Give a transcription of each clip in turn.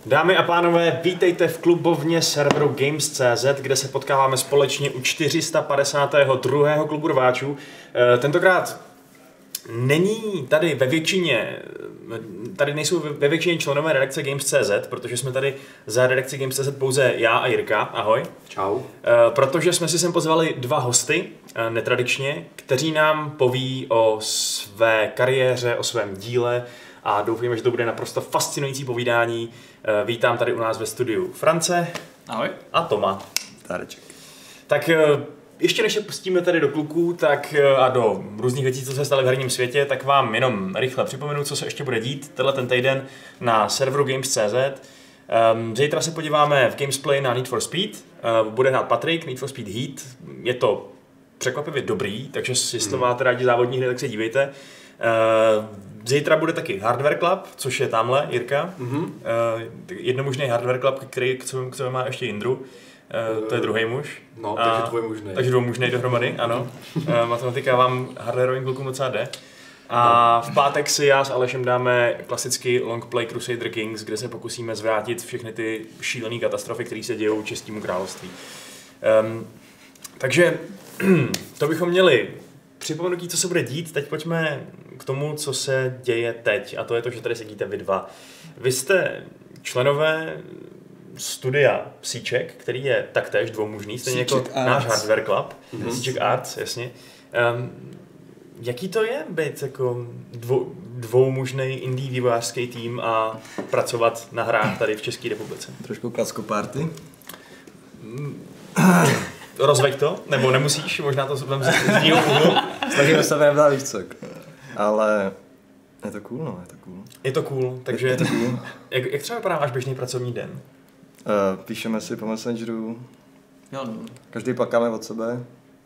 Dámy a pánové, vítejte v klubovně serveru Games.cz, kde se potkáváme společně u 452. klubu rváčů. Tentokrát není tady nejsou ve většině členové redakce Games.cz, protože jsme tady za redakci Games.cz pouze já a Jirka. Ahoj. Čau. Protože jsme si sem pozvali dva hosty, netradičně, kteří nám poví o své kariéře, o svém díle a doufujeme, že to bude naprosto fascinující povídání. Vítám tady u nás ve studiu France. Ahoj. A Toma. Táreček. Tak ještě než se pustíme tady do kluků a do různých věcí, co se staly v herním světě, tak vám jenom rychle připomenu, co se ještě bude dít ten týden na serveru Games.cz. Zítra se podíváme v Gamesplay na Need for Speed. Bude hrát Patrik, Need for Speed Heat. Je to překvapivě dobrý, takže jestli máte rádi závodní hry, tak se dívejte. Zítra bude taky Hardware Club, což je tamhle Jirka. Jednomužný Hardware Club, který k sobě má ještě Jindru. To je druhý muž. No, takže dvojmužnej. Takže dvojmužnej dohromady, ano. Matematika vám hardwareovým klukům docela jde. A v pátek si já s Alešem dáme klasický longplay Crusader Kings, kde se pokusíme zvrátit všechny ty šílené katastrofy, které se dějou Českému království. Takže to bychom měli připomenutí, co se bude dít. Teď pojďme k tomu, co se děje teď. A to je to, že tady sedíte vy dva. Vy jste členové studia Psíček, který je taktéž dvoumužný, stejně jako náš Hardware Club. Psíček Arts, jasně. Jaký to je být jako dvoumužnej indie vývojářský tým a pracovat na hrách tady v České republice? Trošku klackoparty. Rozveď to? Nebo nemusíš? Možná to budeme z dílu úhlu. Snažíme se nevdát víc, ale je to cool, no, je to cool. Je to cool, takže je to cool. Jak třeba vypadá váš běžný pracovní den? Píšeme si po Messengeru, Jo, no. každý pakáme od sebe.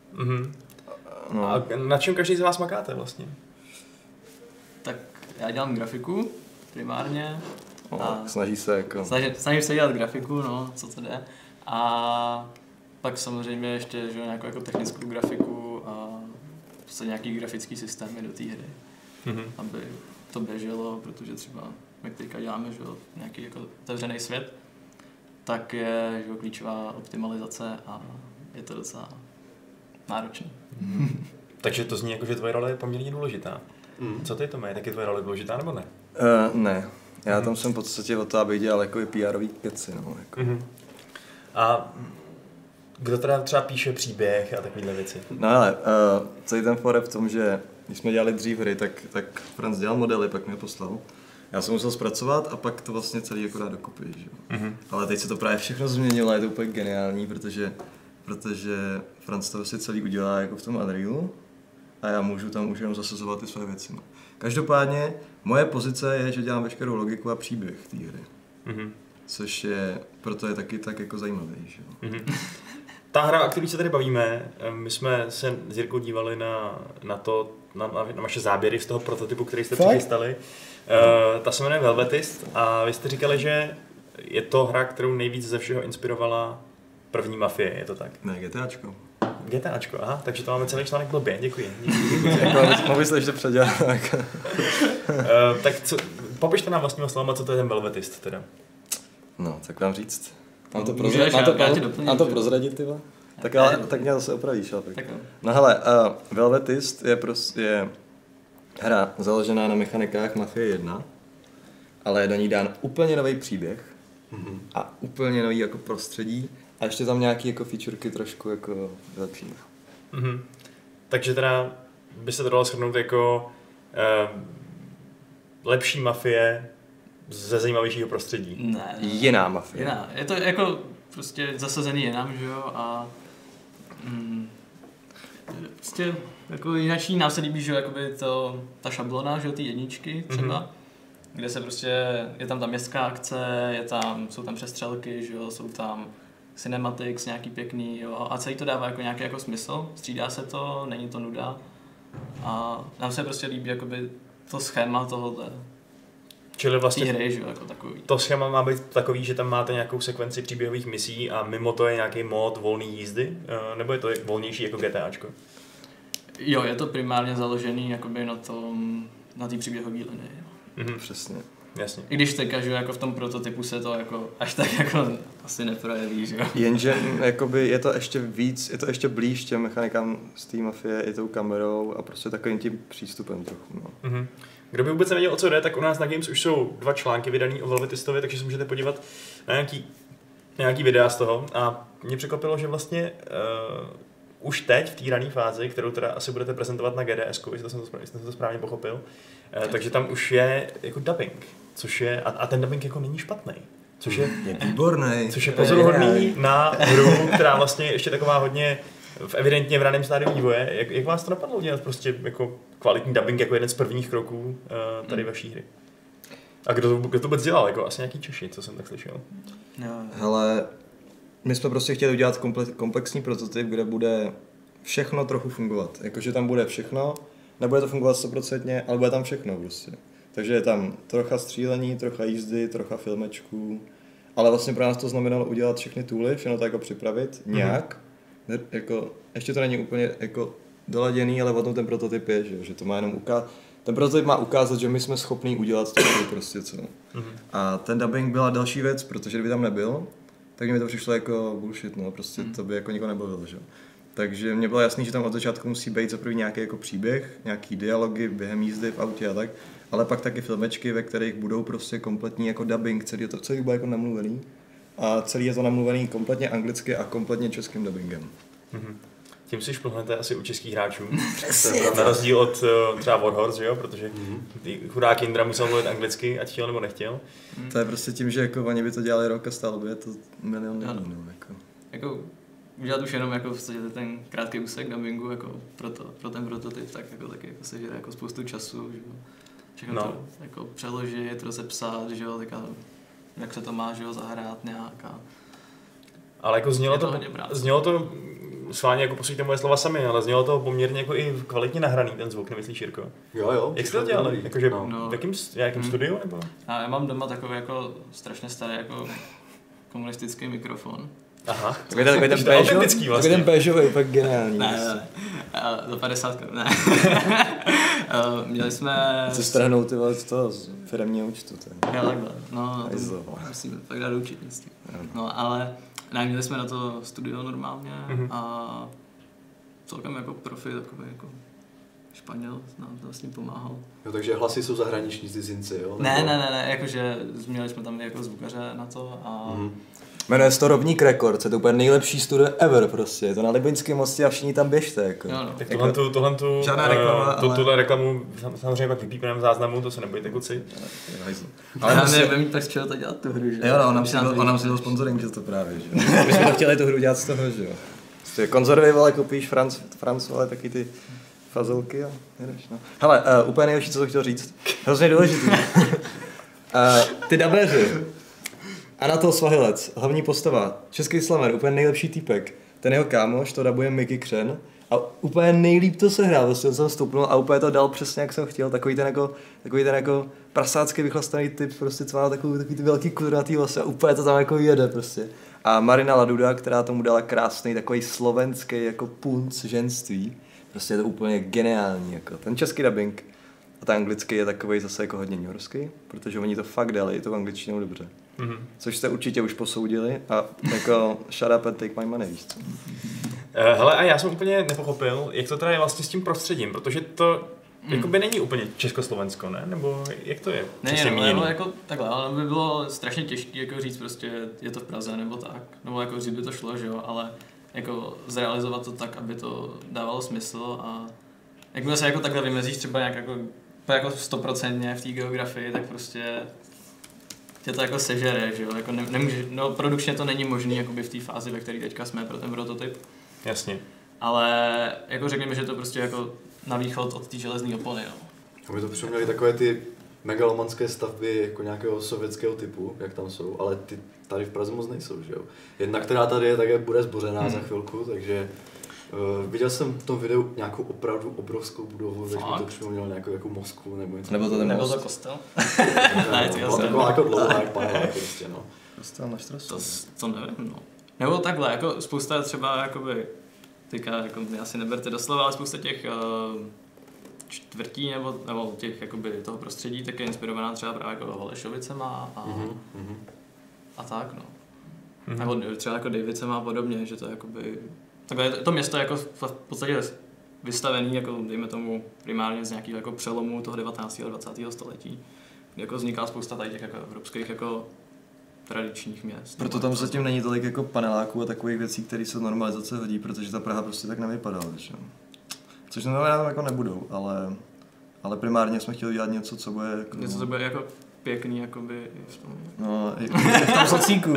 No. A na čem každý z vás makáte vlastně? Tak já dělám grafiku primárně. Snaží se jako... Snažím se dělat grafiku, no, co to jde. A pak samozřejmě ještě že, nějakou jako technickou grafiku a prostě nějaký grafický systémy do té hry. Aby to běželo, protože třeba my teďka děláme že, nějaký jako otevřený svět, tak je že, klíčová optimalizace a je to docela náročné. Takže to zní jako, že tvoje role je poměrně důležitá. Co ty to mají? Tak je tvoje role důležitá nebo ne? Ne. Já tam jsem v podstatě o to, abych dělal jako PR-ový keci. No, jako. A kdo teda třeba píše příběh a takovéhle věci? No ale celý ten for je v tom, že když jsme dělali dřív hry, tak Franz dělal modely, pak mě poslal. Já jsem musel zpracovat a pak to vlastně celý jako dát dokupy. Že? Ale teď se to právě všechno změnilo a je to úplně geniální, protože Franz to vlastně celý udělá jako v tom Unrealu a já můžu tam už jenom zasazovat ty své věci. No. Každopádně moje pozice je, že dělám veškerou logiku a příběh té hry. Což je, proto je taky tak jako zajímavý. Že? Ta hra, o které se tady bavíme, my jsme se s Jirkou dívali na vaše záběry z toho prototypu, který jste přichystali. Ta se jmenuje Velvetist a vy jste říkali, že je to hra, kterou nejvíc ze všeho inspirovala první Mafie, je to tak? Ne, GTAčko. GTAčko, aha, takže to máme celý článek blbě, děkuji. Mohl jsi ještě předělat. Tak popište nám vlastníma slovama, co to je ten Velvetist teda. No, tak vám říct. Mám to prozradit, ty vole? Tak mě zase opravíš, ale tak. No hele, Velvetist je prostě hra založená na mechanikách Mafie 1, ale je do ní dán úplně nový příběh a úplně nový jako prostředí a ještě tam nějaký jako featurky trošku jako vylepší. Takže teda by se to dalo shrnout jako lepší Mafie ze zajímavějšího prostředí. Ne. Jiná Mafie. Jiná. Je to jako prostě zasazený jinam, že jo, a prostě jako jinačí nám se líbí, že jo, jakoby ta šablona, že jo, ty jedničky třeba, kde se prostě, je tam ta městská akce, jsou tam přestřelky, že jo, jsou tam cinematics nějaký pěkný, jo, a celý to dává jako nějaký jako smysl, střídá se to, není to nuda a nám se prostě líbí jakoby to schéma tohohle. Čili vlastně hry, že, jako takový. To schéma má být takový, že tam máte nějakou sekvenci příběhových misí a mimo to je nějaký mod volný jízdy, nebo je to volnější jako GTAčko? Jo, je to primárně založený jakoby na té příběhové linii. Přesně. Jasně. I když teďka, že jako v tom prototypu se to jako až tak jako asi neprojeví, že jo. Jenže jakoby je to ještě víc, je to ještě blíž těm mechanikám z té Mafie i tou kamerou a prostě takovým tím přístupem trochu, no. Mm-hmm. Kdo by vůbec nevěděl, o co jde, tak u nás na Games už jsou 2 články vydaný o Velvetistovi, takže se můžete podívat na nějaký videa z toho. A mě překvapilo, že vlastně už teď v té rané fázi, kterou teda asi budete prezentovat na GDS-ku, jestli jsem to správně pochopil, takže tam už je jako dubbing, což je, a ten dubbing jako není špatný. Což je výborný. Což je pozoruhodný na hru, která vlastně je ještě taková hodně evidentně v raném stádiu vývoje. Jak vás to napadlo udělat prostě jako kvalitní dubbing jako jeden z prvních kroků tady vaší hry? A kdo to vůbec dělal? Jako asi nějaký Češi, co jsem tak slyšel. Hele, my jsme prostě chtěli udělat komplexní prototyp, kde bude všechno trochu fungovat. Jakože tam bude všechno, nebude to fungovat 100%, ale bude tam všechno prostě. Takže je tam trocha střílení, trocha jízdy, trocha filmečků, ale vlastně pro nás to znamenalo udělat všechny tooly, všechno to jako připravit nějak. Jako, ještě to není úplně jako doladěný, ale o tom ten prototyp je, že to má jenom ten prototyp má ukázat, že my jsme schopní udělat to prostě co. A ten dubbing byla další věc, protože kdyby tam nebyl, tak mi to přišlo jako bullshit, no, prostě to by jako nikoho nebavilo, že? Takže mně bylo jasný, že tam od začátku musí být za první nějaký jako příběh, nějaký dialogy během jízdy v autě a tak, ale pak taky filmečky, ve kterých budou prostě kompletní jako dubbing, celý bude jako namluvený a celý je to namluvený kompletně anglicky a kompletně českým dubbingem. Tím si šplhnete asi u českých hráčů. Na rozdíl od třeba Warhorse, jo? Protože chudák Indra musel mluvit anglicky, ať chtěl nebo nechtěl. To je prostě tím, že jako oni by to dělali rok a stálo by je to milion jako udělat už jenom jako ten krátký úsek dubbingu jako pro ten prototyp, tak jako taky jako sežere jako spoustu času, že jo. Všechno to jako přeložit, rozepsat, že jo, teďka, jak se to má, že jo, zahrát nějak a... Ale jako znělo to schválně jako poslouchejte moje slova sami, ale znělo to poměrně jako i kvalitně nahraný ten zvuk, nemyslíš, Jirko? Jo. Jak jste to dělali? Jakože v jakém studiu nebo? Já mám doma takový jako strašně starý jako komunistický mikrofon. Aha. Takový ten béžový, úplně geniální. Ne. Za 50 ne. Měli jsme... Co strhnou ty vole z toho z firemního účtu. Jo, takhle. No, musíme fakt dát účetnictví. No, ale ne, měli jsme na to studio normálně a celkem jako profi, takový jako Španěl nám to vlastně pomáhal. Jo, takže hlasy jsou zahraniční cizinci, jo? Ne, jakože měli jsme tam jako zvukaře na to a... Jmenuje se to Rovník Records, je to úplně nejlepší studio ever prostě, je to na Libeňském mostě a všichni tam běžte. Jako. Jo, tak tuhle reklamu samozřejmě pak vypípneme v záznamu, to se nebojte kluci. Ale já nevím, tak z čeho to dělat tu hru, že? Jo, on nám si byl sponsoring, že to právě, že jo. My jsme to chtěli tu hru dělat z toho, že jo. Ty konzervy, vole, koupíš Franc, vole, taky ty fazolky a jedeš, no. Hele, úplně nejlepší, co jsem chtěl říct, hrozně důležitý. Ty dabeři. Anatol Svahilec, hlavní postava, český slamer, úplně nejlepší týpek. Ten jeho kámoš, to dabuje Mickey Křen a úplně nejlíp to se hrál, vlastně jsem stoupnul a úplně to dal přesně jak jsem chtěl, takový ten jako prasácky vychlastaný typ, prostě co má takový ty velký kudrnatý vlasy a úplně to tam jako jede prostě. A Marina Laduda, která tomu dala krásný takový slovenský jako punc ženství, prostě je to úplně geniální, jako ten český dubbing. A ten anglický je takový zase jako hodně newyorský, protože oni to fakt dali, to v angličtinou dobře. Což jste určitě už posoudili a jako shut up and take my money, víš co? Hele, a já jsem úplně nepochopil, jak to teda je vlastně s tím prostředím, protože to jakoby není úplně Československo, ne? Nebo jak to je? Ne, jako takhle, ale by bylo strašně těžké jako říct prostě, je to v Praze nebo tak, nebo jako říct by to šlo, že jo, ale jako zrealizovat to tak, aby to dávalo smysl a jakmile se jako takhle vymezíš třeba nějak jako 100% v té geografii, tak prostě tě to jako sežere, že jo, jako nemůže, no produkčně to není možný jakoby v té fázi, ve které teďka jsme pro ten prototyp. Jasně. Ale jako řekněme, že to prostě jako na východ od té železné opony, no. A my to připomněli takové ty megalomanské stavby jako nějakého sovětského typu, jak tam jsou, ale ty tady v Praze moc nejsou, že jo. Jedna, která tady je, tak bude zbořená za chvilku, takže viděl jsem v tom videu nějakou opravdu obrovskou budovu, takže mi to připomnělo nějakou jako Moskvu nebo něco. Nebo to kostel? Ne, byla taková jako dlouhá, jak panela prostě, no. Kostel na Štrasu. To nevím, no. Nebo takhle, jako spousta třeba jakoby, teďka jako mě asi neberte doslova, ale spousta těch čtvrtí nebo těch jakoby toho prostředí, tak je inspirovaná třeba právě jako Holešovicema a tak no. Nebo třeba jako Davicema a podobně, že to je jakoby... Takhle to město je jako v podstatě vystavený, jako dejme tomu primárně z nějakého jako přelomu toho 19. a 20. století. Jako vzniká spousta tady těch jako evropských jako tradičních měst. Proto tam zatím není tolik jako paneláků a takových věcí, které se normalizace hodí, protože ta Praha prostě tak nevypadala, že? Což znamená, tam jako nebudou, ale primárně jsme chtěli dělat něco, co bude jako... Něco, co bude jako pěkný, jakoby v tom... No, i v tom socíku.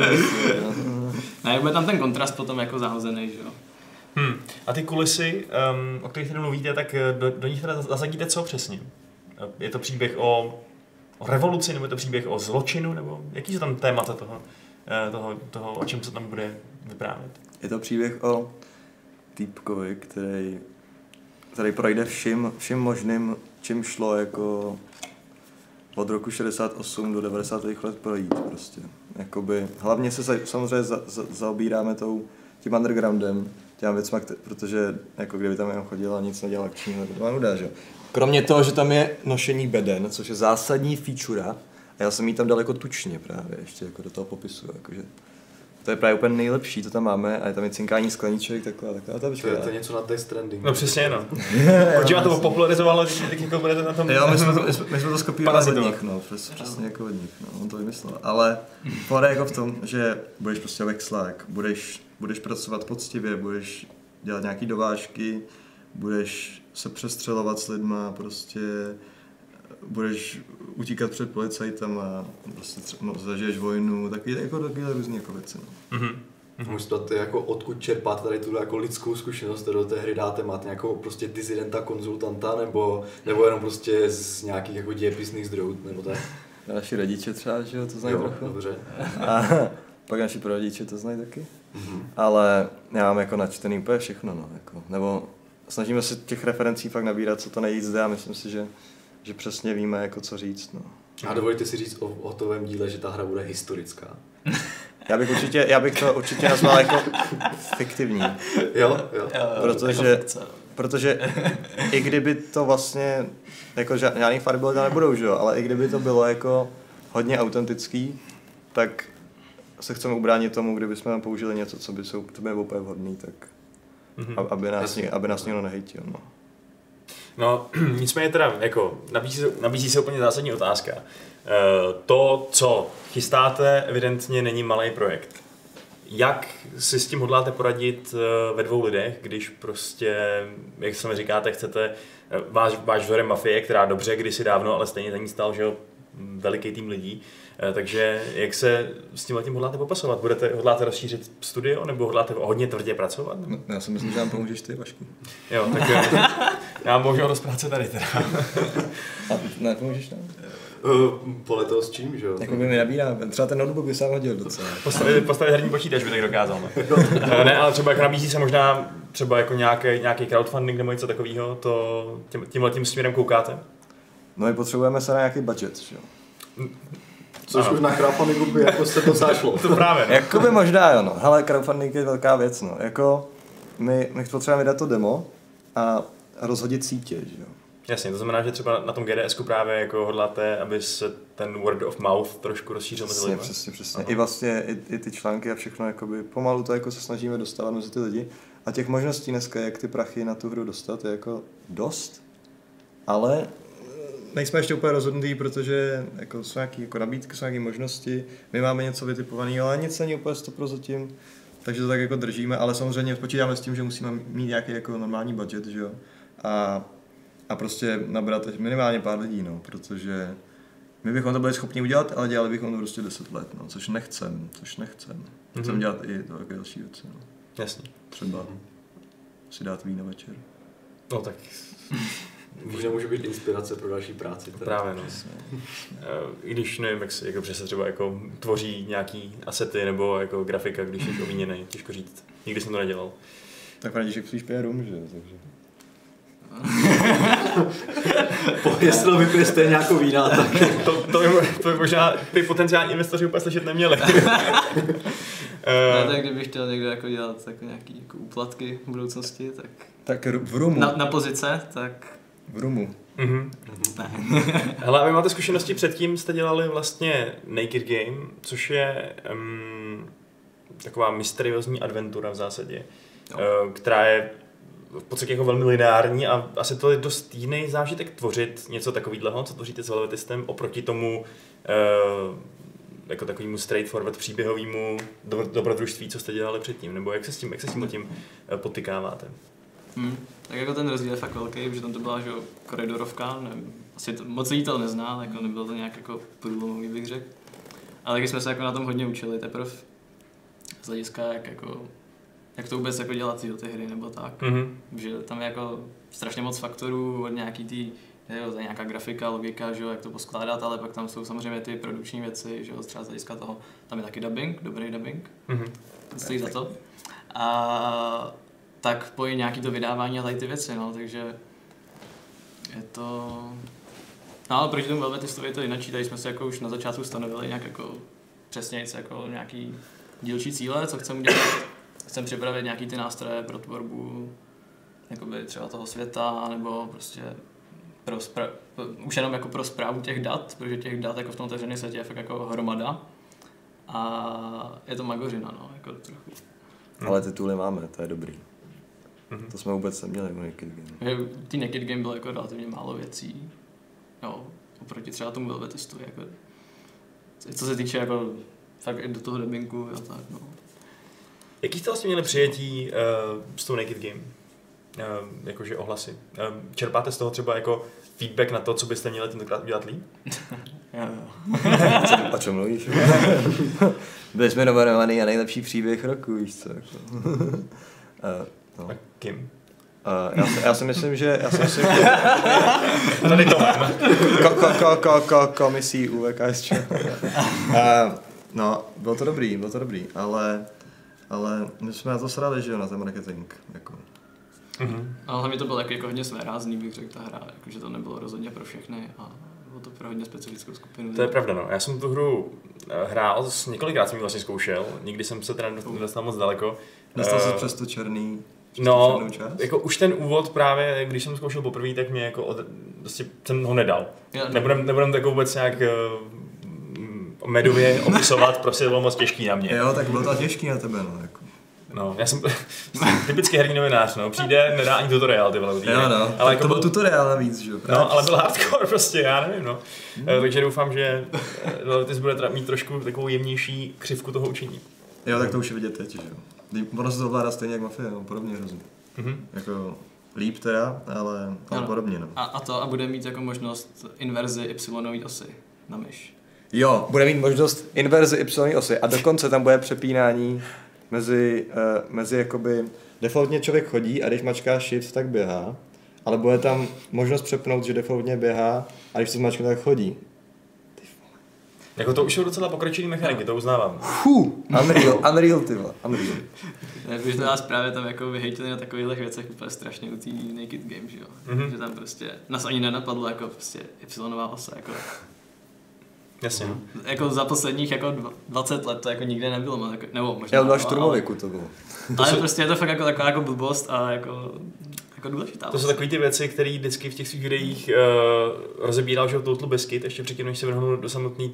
Ne, bude tam ten kontrast potom jako zahozený, že jo. A ty kulisy, o kterých tady mluvíte, tak do nich teda zasadíte co přesně? Je to příběh o revoluci, nebo je to příběh o zločinu, nebo jaký jsou tam témata toho, o čem se tam bude vyprávět? Je to příběh o týpkovi, který projde vším možným, čím šlo jako od roku 68 do 90. let projít prostě. Jakoby, hlavně se samozřejmě zaobíráme tím undergroundem, těma věcma, protože jako kdyby tam jenom chodil a nic nedělal akčního, to má nuda, že? Kromě toho, že tam je nošení beden, což je zásadní feature, a já jsem jí tam dal jako tučně právě, ještě jako do toho popisu, jakože. To je právě úplně nejlepší, to tam máme, a je tam i cinkání skleníček, takhle. To je něco na Death Stranding. No přesně, no. Protože to popularizovalo, tak jako budete na tom... Jo, my jsme to skopírovali od nich, no, přesně jako od nich, no, on to vymyslel. Ale pohoda jako v tom, že budeš prostě vexlák, budeš pracovat poctivě, budeš dělat nějaký dovážky, budeš se přestřelovat s lidma, prostě budeš utíkat před policajtama, prostě zažiješ vojnu, takové různý jako věci. No. Můžete jako odkud čerpat tady tu jako lidskou zkušenost, kterou do té hry dáte, máte nějakou prostě disidenta, konzultanta, nebo jenom prostě z nějakých jako dějepisných zdrojů, nebo tak? Naši rodiče třeba, že jo, to znají trochu. Dobře. A pak naši prarodiče to znají taky. Ale já mám jako načtený úplně všechno, no, jako, nebo snažíme se těch referencí fakt nabírat, co to nejvíc jde, a myslím si, že přesně víme, jako co říct, no. A dovolíte si říct o hotovém díle, že ta hra bude historická? Já bych to určitě nazval jako fiktivní. Jo. Protože i kdyby to vlastně, jako žádný farby tam nebudou, že jo, ale i kdyby to bylo jako hodně autentický, tak se chceme ubránit tomu, kdyby jsme tam použili něco, co by bylo úplně vhodný, tak aby nás někdo nehejtil, no. No, nicméně teda, jako, nabízí se úplně zásadní otázka. To, co chystáte, evidentně není malý projekt. Jak si s tím hodláte poradit ve dvou lidech, když prostě, jak sami říkáte, chcete váš vzorem mafie, která dobře kdysi dávno, ale stejně za ní stál, že jo, veliký tým lidí. Takže jak se s tím hodláte popasovat? Hodláte rozšířit studio, nebo hodláte hodně tvrdě pracovat? No, já si myslím, že nám pomůžeš ty, Vašku. Jo, tak já můžu dost práce tady teda. A nepomůžeš nám? Podle toho s čím, že jo? Jako by mi nabíráme, třeba ten notebook by sám hodil docela. Postavit herní počítač by tak dokázal. Ne, ale třeba jak nabízí se možná třeba jako nějaký crowdfunding nebo něco takového, to tímhletím směrem koukáte? No my potřebujeme se na nějaký budget, že jo? Což už na crowdfundingu by jako se to zašlo. To právě, no. Jakoby možná jo, no. Hele, crowdfunding je velká věc, no. Jako, my potřebujeme vydat to demo a rozhodit sítě, že jo. Jasně, to znamená, že třeba na tom GDSku právě jako hodláte, aby se ten word of mouth trošku rozšířil mezi lidmi. Přesně. Aha. I vlastně i ty články a všechno, jakoby pomalu to jako se snažíme dostávat mezi ty lidi. A těch možností dneska, jak ty prachy na tu hru dostat, je jako dost. Ale nejsme ještě úplně rozhodnutí, protože jako jsou nějaké jako nabídky, jsou nějaké možnosti. My máme něco vytipované, ale nic není úplně 100% zatím. Takže to tak jako držíme, ale samozřejmě počítáme s tím, že musíme mít nějaký jako normální budget, že jo. A prostě nabrat minimálně pár lidí, no, protože my bychom to byli schopni udělat, ale dělali bychom to prostě 10 let, no, což nechcem. Chcem dělat i takové další věci, no. Jasně. Třeba si dát víno večer. No tak... Možná může být inspirace pro další práci. Teda. Právě, no. I když nevím, jak dobře se třeba jako tvoří nějaký asety nebo jako grafika, když je ovíněnej, těžko říct. Nikdy jsem to nedělal. Tak František spíš pije rum, že jo, takže... Jestli vypije stejně nějakou vína, tak... to by možná ty potenciální investoři úplně slyšet neměli. Tak kdybych chtěl někdo jako dělat jako nějaký jako úplatky v budoucnosti, tak v rumu. Na pozice, tak... V rumu. Ne. Hele, a vy máte zkušenosti předtím, jste dělali vlastně Naked Game, což je taková mysteriózní adventura v zásadě, která je v podstatě jako velmi lineární a asi to je dost jiný zážitek tvořit něco takového, co tvoříte s Velvetistem, oproti tomu jako takovému straightforward příběhovému dobrodružství, co jste dělali předtím, nebo jak se s tím potykáváte? Tak jako ten rozdíl je fakt velký, protože tam to byla, že koridorovka, asi to, moc lidí to nezná, jako nebylo to nějak jako průlomový, bych řekl. Ale taky jsme se jako na tom hodně učili teprve z hlediska, jak to vůbec jako dělat ty hry nebo tak. Že tam je jako strašně moc faktorů od nějaký nějaká grafika, logika, že jak to poskládat, ale pak tam jsou samozřejmě ty produkční věci, že třeba z hlediska toho, tam je taky dubbing, dobrý dubbing, stojí za to. A tak pojí nějaký to vydávání a tady ty věci, no, takže je to... No, ale proti tomu Velvetistovi je to jinak, tady jsme se jako už na začátku stanovili nějak jako přesně jako nějaký dílčí cíle, co chceme udělat. Chceme připravit nějaký ty nástroje pro tvorbu jakoby třeba toho světa, nebo prostě už jenom jako pro správu těch dat, protože těch dat jako v tom otevřeném světě je fakt jako hromada. A je to magořina, no, jako trochu. Ale tituly máme, to je dobrý. To jsme vůbec neměli v Naked Game. Tý Naked Game bylo jako relativně málo věcí, jo, oproti třeba tomu Velvetistu, jako, co se týče jako fakt i do toho dubbingu, jo, tak no. Jaký jste vlastně měli přijetí s tou Naked Game? Jakože ohlasy. Čerpáte z toho třeba jako feedback na to, co byste měli tentokrát udělat líp? O čem mluvíš? Byli jsme nominovaný na nejlepší příběh roku, víš co? No. A kým? Já si myslím, že... Tady to mám. Komisí UVKSČ. No, bylo to dobrý, ale my jsme na to srali, že jo, na ten marketing, jako. Ale hlavně to bylo jako hodně svérázný, bych řekl, ta hra, jakože to nebylo rozhodně pro všechny a bylo to pro hodně specifickou skupinu. To je pravda, no. Já jsem tu hru hrál, několikrát jsem ji vlastně zkoušel, nikdy jsem se teda nedostal moc daleko. Dostal jsi přes to černý část? Jako už ten úvod právě, když jsem zkoušel poprvé, tak mě jako prostě jsem ho nedal. Nebudem tak vůbec nějak medově opisovat, prostě to bylo moc těžký na mě. Jo, tak bylo to těžký na tebe, no, jako. No, já jsem typický herní novinář, no, přijde, nedá ani tutoriál, ty vole. Jo, no, ale to byl tutoriál navíc, že jo. No, ale byl hardcore prostě, já nevím, no. Takže doufám, že Velvetis bude mít trošku takovou jemnější křivku toho učení. Jo, tak to už je vidět teď, že jo. Ono se to ovládá stejně jak Mafia, no, podobně hrozně. Jako líp teda, ale podobně, no. A bude mít jako možnost inverzi y osy na myš. Jo, bude mít možnost inverzi y osy a dokonce tam bude přepínání mezi jakoby, defaultně člověk chodí a když mačká shift, tak běhá, ale bude tam možnost přepnout, že defaultně běhá a když to zmačkne, tak chodí. Jako to už jsou docela pokročilý mechaniky, to uznávám. Unreal, ty vole, unreal. Protože to nás právě tam jako vyhejtili na takových věcech úplně strašně u té Naked Game, že jo. Že tam prostě nás ani nenapadlo jako prostě y osa, jako. Jasně. Jako za posledních jako 20 let to jako nikde nebylo, nebo možná. Já na šturmoviku to bylo. Ale prostě je to fakt jako taková jako blbost a jako důležitá. To jsou takové ty věci, které vždycky v těch svých videích rozebíral, že Total Biscuit, ještě předtím, než se vrhnul do samotné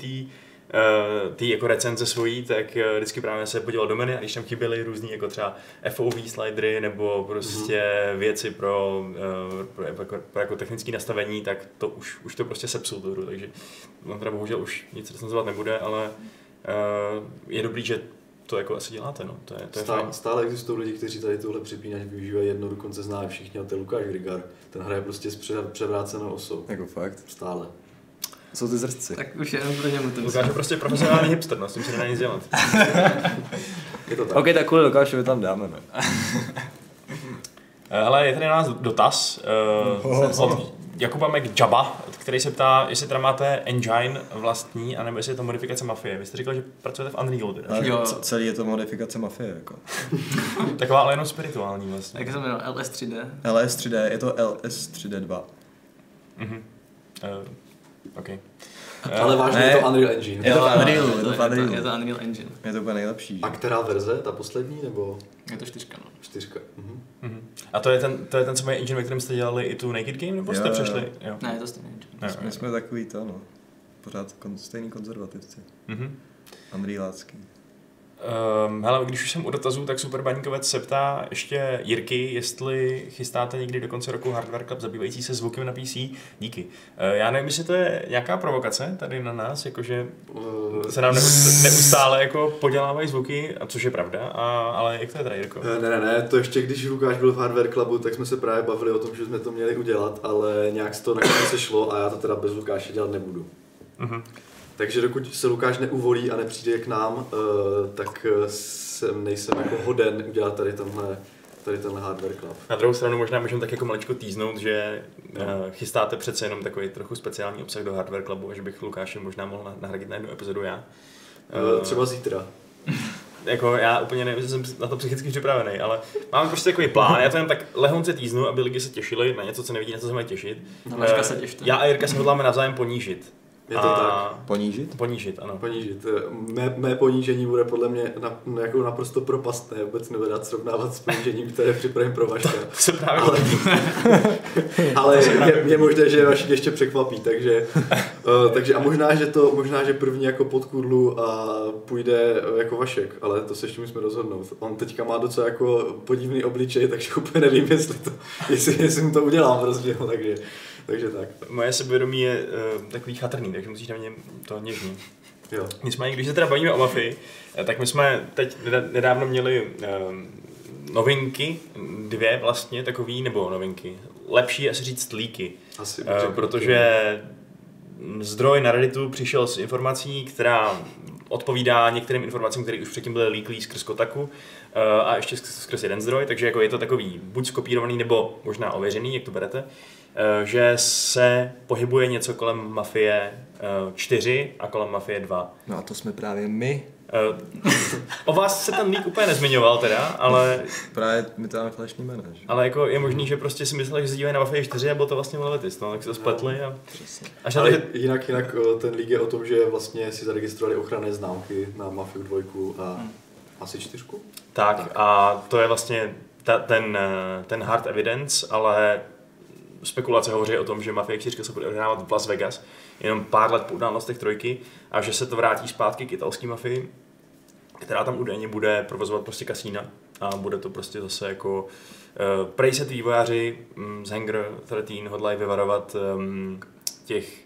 té jako recenze svojí, tak vždycky právě se podíval do menu a když tam chyběly různý jako třeba FOV slidery nebo prostě věci pro jako technické nastavení, tak to už to prostě sepsul tu hru, takže on teda bohužel už nic recenzovat nebude, ale je dobrý, že to jako asi děláte, no. To je stále existují lidi, kteří tady tohle přepínač využívají jednou, dokonce zná všichni, a to je Lukáš Grigar. Ten hraje prostě s převrácenou osou. Jako fakt? Stále. Jsou ty zrstci. Tak už jenom pro němu to Lukáš je prostě profesionální hipster, no, s tím se nedá nic dělat. Je to tak. Ok, tak kvůli Lukášovi tam dáme, no. Hele, je tady na nás dotaz od Jakuba McJabba, který se ptá, jestli teda máte engine vlastní, anebo jestli je to modifikace Mafie. Vy jste říkal, že pracujete v Unreal, teda. Jo. Celý je to modifikace Mafie, jako. Taková ale jenom spirituální vlastně. Jak se jmenuje? LS3D? LS3D, je to LS3D2. OK. Ale vážně je to Unreal Engine. Je to Unreal, Je to Unreal Engine. Je to úplně nejlepší. A která verze? Ta poslední, nebo? Je to 4, no. 4. A to je ten samý engine, ve kterém jste dělali i tu Naked Game, nebo jste přešli? Jo. Ne, to stejný engine. My jsme takový to, no. Pořád stejný konzervativci. Unrealácký. Hele, když už jsem u dotazů, tak Super Baníkovec se ptá ještě Jirky, jestli chystáte někdy do konce roku Hardware Club zabývající se zvukem na PC. Díky. Já nevím, jestli to je nějaká provokace tady na nás, jakože se nám neustále jako podělávají zvuky, a což je pravda, ale jak to je tady, Jirko? Ne, to ještě když Lukáš byl v Hardware Clubu, tak jsme se právě bavili o tom, že jsme to měli udělat, ale nějak se to nakonec sešlo a já to teda bez Lukáše dělat nebudu. Takže dokud se Lukáš neuvolí a nepřijde k nám, tak nejsem jako hoden udělat tady tenhle Hardware Club. Na druhou stranu možná můžeme tak jako maličko týznout, že chystáte přece jenom takový trochu speciální obsah do Hardware Clubu a že bych Lukáše možná mohl nahradit na jednu epizodu já. Třeba zítra. Jako já úplně nevím, že jsem na to psychicky připravený, ale máme prostě takový plán, já to jen tak lehonce týznu, aby lidi se těšili na něco, co nevidí, na co se mají těšit. Já a Jirka se hodláme navzájem ponížit. Je to tak. Ponížit? Ponížit, ano. Ponížit. Mé ponížení bude podle mě jako naprosto propastné, vůbec nebude dát srovnávat s ponížením, které připravím pro Vaška. To se právě ale je možné, že Vašek ještě překvapí, takže a možná, že první jako pod kudlu a půjde jako Vašek, ale to se ještě musíme rozhodnout. On teďka má docela jako podivný obličej, takže úplně nevím, jestli mu to udělám prostě, takže tak. Moje sebevědomí je takový chatrný, takže musíš na mě to něžný. Jo. Nicméně, když se teda bavíme o Mafii, tak my jsme teď nedávno měli novinky, 2 vlastně takový, nebo novinky. Lepší je asi říct leaky. Protože zdroj na Redditu přišel s informací, která odpovídá některým informacím, které už předtím byly leaklý skrz Kotaku a ještě skrz jeden zdroj, takže jako je to takový buď skopírovaný nebo možná ověřený, jak to berete, že se pohybuje něco kolem Mafie 4 a kolem Mafie 2. No a to jsme právě my. O vás se ten leak úplně nezmiňoval teda, ale... Právě my to máme falešný jména, že? Ale jako je možný, že prostě si mysleli, že se dívají na Mafie 4 a byl to vlastně Maletis, no, tak se to spletli a... Až na to, že... jinak ten leak je o tom, že vlastně si zaregistrovali ochranné známky na Mafii 2 a asi 4. Tak a to je vlastně ten hard evidence, ale spekulace hovoří o tom, že Mafia 4 se bude odehrávat v Las Vegas, jenom pár let po událostech 3 a že se to vrátí zpátky k italské mafii, která tam údajně bude provozovat prostě kasína a bude to prostě zase jako prej se vývojáři z Hangar 13 hodlají vyvarovat těch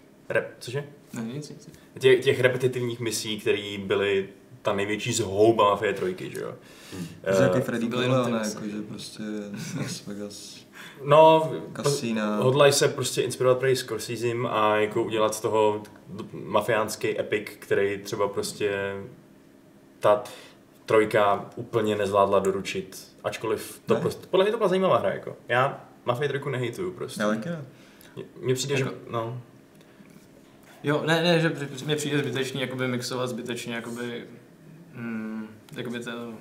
těch repetitivních misí, které byly ta největší zhouba Mafie 3, že jo. Jaký Freddy Corleone, jakože prostě Las Vegas. No, kasína. Hodlají se prostě inspirovat prej Scorsesem a jako udělat z toho mafiánský epic, který třeba prostě ta 3 úplně nezvládla doručit. Ačkoliv to prostě, podle mě to byla zajímavá hra, jako. Já Mafii 3 nehejtuju prostě. Já taky ne. Mně přijde, jako, že, no. Jo, ne, že mně přijde zbytečný jakoby mixovat zbytečně jakoby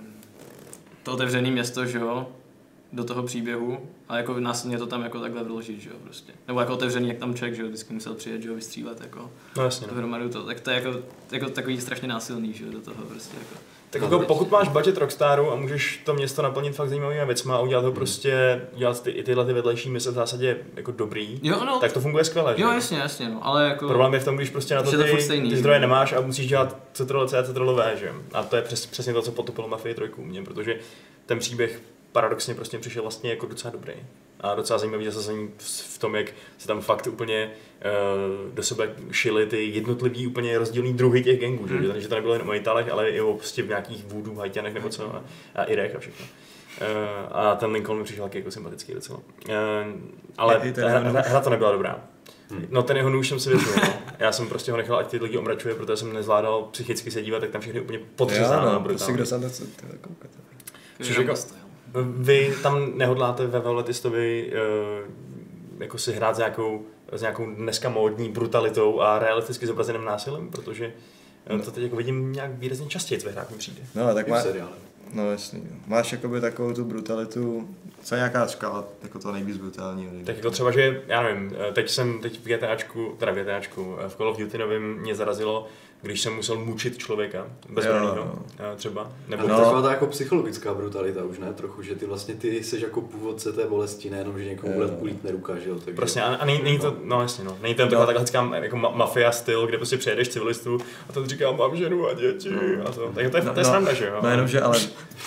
to otevřené město, že jo, do toho příběhu, a jako následně to tam jako takhle vložit, že jo, prostě. Nebo jako otevřený, jak tam člověk, že jo, vždycky musel přijet, že jo, vystřílet, jako. No jasně. To hromadu to, tak to je jako takový strašně násilný, že jo, do toho prostě, jako. Tak jako pokud máš budget Rockstaru a můžeš to město naplnit fakt zajímavými věcma a udělat ho prostě, dělat tyhle vedlejší mise v zásadě jako dobrý, jo, no, tak to funguje skvěle, že? Jo, jasně, no, ale jako... Problém je v tom, když prostě na to ty zdroje nemáš a musíš dělat Ctrl-C a Ctrl-V, že? A to je přesně to, co potopilo Mafii 3 u mě, protože ten příběh paradoxně prostě přišel vlastně jako docela dobrý. A docela zajímavý zasazení v tom, jak se tam fakt úplně do sebe šily ty jednotlivý úplně rozdílný druhy těch gangů, že to nebylo jen o Italech, ale i o prostě v nějakých voodoo, Haitianech nebo co a Irech a všechno. A ten Lincoln mi přišel jako sympatický docela. Ale hra to nebyla dobrá. No ten jeho nůž jsem si věřil, no. Já jsem prostě ho nechal, ať ty lidi omračuje, protože jsem nezvládal psychicky se dívat, tak tam všechny úplně podřezáno. Jo, no, prostě kdo se na to koukat. Což jako, vy tam nehodláte ve Veletistovi jako si hrát s nějakou dneska módní brutalitou a realisticky zobrazeným násilím, protože to teď jako vidím nějak výrazně častěji ve hrách mi přijde. No, tak no jasný, jo. Máš jakoby takovou tu brutalitu, co je nějaká škála jako to nejvíc brutální. Tak jako třeba, že já nevím, teď v GTAčku, v Call of Duty novým mě zarazilo když jsem musel mučit člověka bezbrannýho třeba. Nebo no. Taková ta jako psychologická brutalita už, ne? Trochu, že ty jsi jako původce té bolesti, nejenom, že někomu ulítne ruka, že jo? Takže... Prostě a není to, no jasně no, není to taková klasická jako mafia styl, kde prostě přijedeš civilistu a ten říká, mám ženu a děti a to. Takže to je sranda, že jo? No jenom, že ale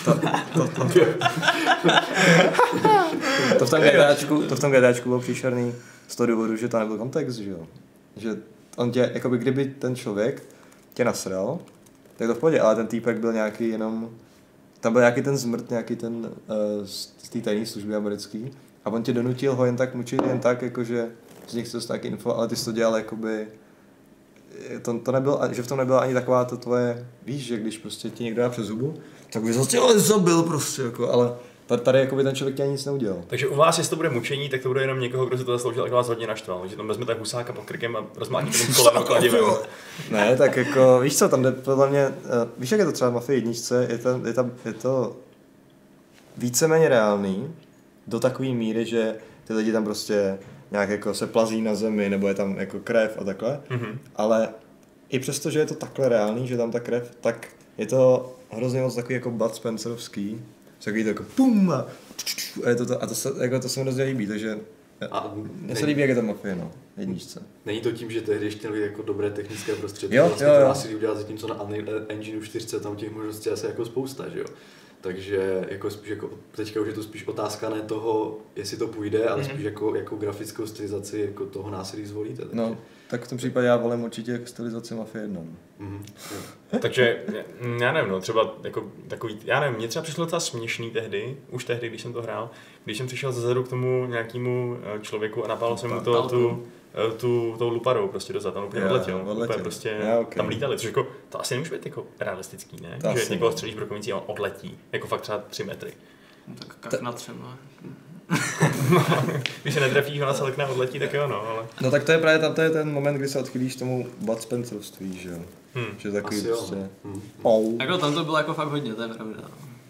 to v tom GTAčku bylo příšerný z toho důvodu, že to nebyl kontext, že jo? Že on tě, jakoby kdyby ten člověk tě nasral, tak to v pohodě, ale ten týpek byl nějaký jenom, tam byl nějaký ten zmrt, nějaký ten z té tajné služby americký a on tě donutil ho jen tak mučit, jen tak, jakože z nich chtěl nějaký info, ale ty jsi to dělal jakoby, to nebylo, že v tom nebyla ani taková to tvoje, víš, že když prostě ti někdo dá přes zubu, tak by zase zabil prostě, jako, ale tady jakoby ten člověk tě ani nic neudělal. Takže u vás, jestli to bude mučení, tak to bude jenom někoho, kdo si to zasloužil, tak vás hodně naštval. Že tam vezme tak husáka pod krkem a rozmátí ten kolem kladivem. Ne, tak jako, víš co, tam jde podle mě, víš jak je to třeba v Mafii 1, je to víceméně reálný do takové míry, že ty lidi tam prostě nějak jako se plazí na zemi, nebo je tam jako krev a takhle, ale i přesto, že je to takhle reálný, že tam ta krev, tak je to hrozně moc takový jako Bud Spencerovský, takový to jako pum a to se mi hrozně líbí, takže mně se líbí, jak je to Mafie, no, jedničce. Není to tím, že tehdy ještě měli jako dobré technické prostředky, jo, vlastně to asi udělat zatímco na Unreal Engineu 4 tam těch možností asi jako spousta, že jo. Takže jako spíš jako, teďka už je to spíš otázka ne toho, jestli to půjde, ale spíš jako grafickou stylizaci jako toho násilí zvolíte. Takže. No, tak v tom případě já volím určitě stylizaci Mafie 1. Takže já nevím, no, třeba jako takový, já nevím, mě třeba přišlo docela směšný tehdy, už tehdy, když jsem to hrál, když jsem přišel zezadu k tomu nějakému člověku a napálil jsem mu tou luparou prostě dozad, tam úplně odletěl. Úplně prostě tam lítali, což jako, to asi nemůže být jako realistický, ne? To že někoho střelíš brokovnicí a on odletí, jako fakt třeba 3 metry. No, tak kak na třeba. Když se netrefíš, ona se lekne a odletí, tak jo, no, ale... No tak to je právě to je ten moment, kdy se odchylíš tomu Bud Spencerovství, že jo? Že takový asi prostě... Jako tam to bylo jako fakt hodně, to je pravda.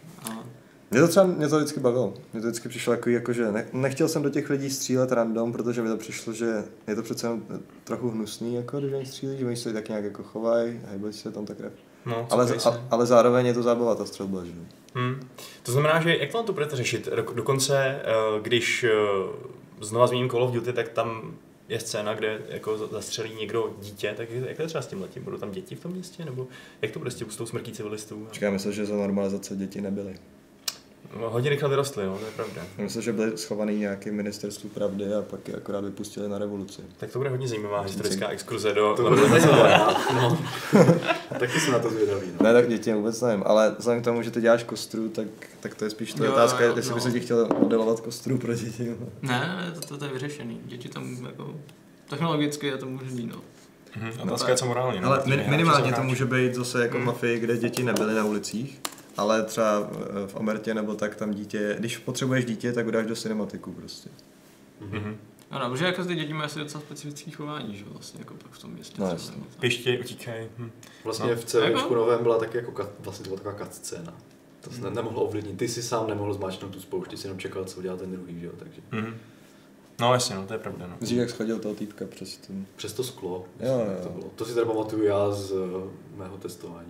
Mě to vždycky bavilo. Mě to vždycky přišlo jako že nechtěl jsem do těch lidí střílet random, protože mi to přišlo, že je to přece trochu hnusný, jako když oni střílí, že oni se tak nějak jako chovají, hejbají se tam tak krev. No, ale zároveň je to zábava, ta střelba, že? To znamená, že jak to budete řešit? Dokonce, když znova zmíním Call of Duty, tak tam je scéna, kde jako zastřelí někdo dítě, tak jak to třeba s tím letím? Budou tam děti v tom městě? Nebo jak to bude s tou smrtí civilistů? Čekám, myslím, že za normalizace děti nebyly. No, hodně rychle vyrostly, no, to je pravda. Myslím, že byly schovaný nějaký ministerstvu pravdy a pak je akorát vypustili na revoluci. Tak to bude hodně zajímavá historická exkurze do... No. Taky jsem na to zvědavý. No. Ne, tak děti vůbec nevím, ale vzhledem k tomu, že ty děláš kostru, tak to je spíš ta otázka, jestli by se ti chtěl modelovat kostru pro děti. Ne, to je vyřešený. Děti tam jako technologicky je to možný, no. Otázka je co morální, no. Ale minimálně to může být zase jako Mafii, kde děti nebyly na ulicích. Ale třeba v Omertě nebo tak tam dítě, když potřebuješ dítě, tak ho dáš do cinematiku prostě. Ano, protože jako ty děti mají asi docela specifický chování, že vlastně jako pak v tom městě. No, Pištěj, utíkají. Vlastně v CVčku novém byla taky jako vlastně to byla taková cutscéna. To se nemohlo ovlivnit. Ty si sám nemohl zmáčknout tu spoušť, ty si jenom čekal, co udělal ten druhý, že jo, takže. No jasně, no, to je pravda, no. Víš, jak schodil toho týpka přes to sklo. Jo. To bylo. To si teda pamatuju já z mého testování.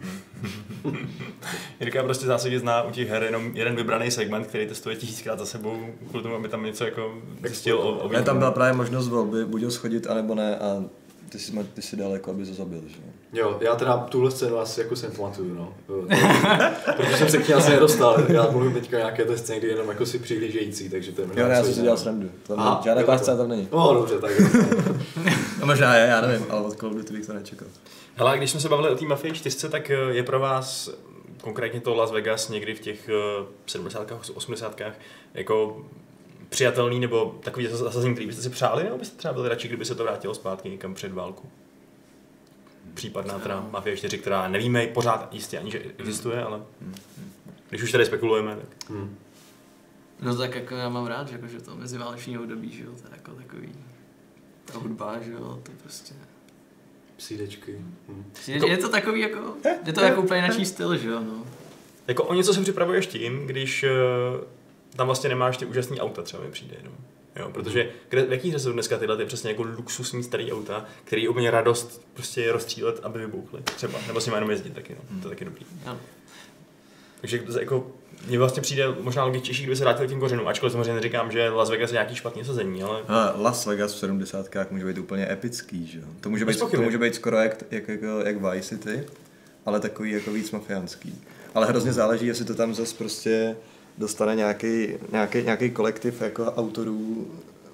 Jirka prostě v zásadě zná u těch her jenom jeden vybraný segment, který testuje 1000krát za sebou, kvůli tomu, aby tam něco jako zjistil o výkonu. Tam byla právě možnost volby, buď ho schodit, anebo ne a ty si dal jako, aby to zabil, že? Jo, já teda tuhle scénu asi jako jsem pamatuju, no. Protože jsem se k ní asi nedostal, já mluvím teďka nějaké té scény, kdy jenom jako si přihlížející, takže to je možná... Jo, ne, já jsem si dělal srandu, žádná taková scéna tam není. No dobře, tak no možná je, já nevím, ale od Call of Duty bych to nečekal. Hele, když jsme se bavili o té Mafii 4, tak je pro vás, konkrétně to Las Vegas, někdy v těch 70kách, 80kách, jako přijatelný nebo takový zasazení, který byste si přáli, nebo byste třeba byli radši, kdyby se to vrátilo zpátky někam před válku? Případná teda Mafia 4, která nevíme pořád jistě ani, že existuje, ale když už tady spekulujeme, tak... No tak jako já mám rád, že to meziváleční období, že jo, to je jako takový, ta hudba, že jo, to prostě... Psídečky. Je to takový jako, je to jako úplně jiný styl, že jo, no. Jako o něco se připravuješ tím, když tam vlastně nemáš ty úžasný auta, třeba mi přijde jenom. Jo, protože v jaký hře jsou dneska tyhle ty přesně jako luxusní starý auta, který úplně radost prostě je rozstřílet, aby vybuchly třeba, nebo s nimi jenom jezdit taky, no. To je taky dobrý. No. Takže jako mně vlastně přijde možná logičtější, kdyby se vrátil k tím kořenům, ačkoliv samozřejmě neříkám, že Las Vegas je nějaký špatný sazení, ale... Las Vegas v 70. může být úplně epický, že jo? To může být skoro jak Vice City, ale takový jako víc mafiánský. Ale hrozně záleží, jestli to tam zase prostě dostane nějaký kolektiv jako autorů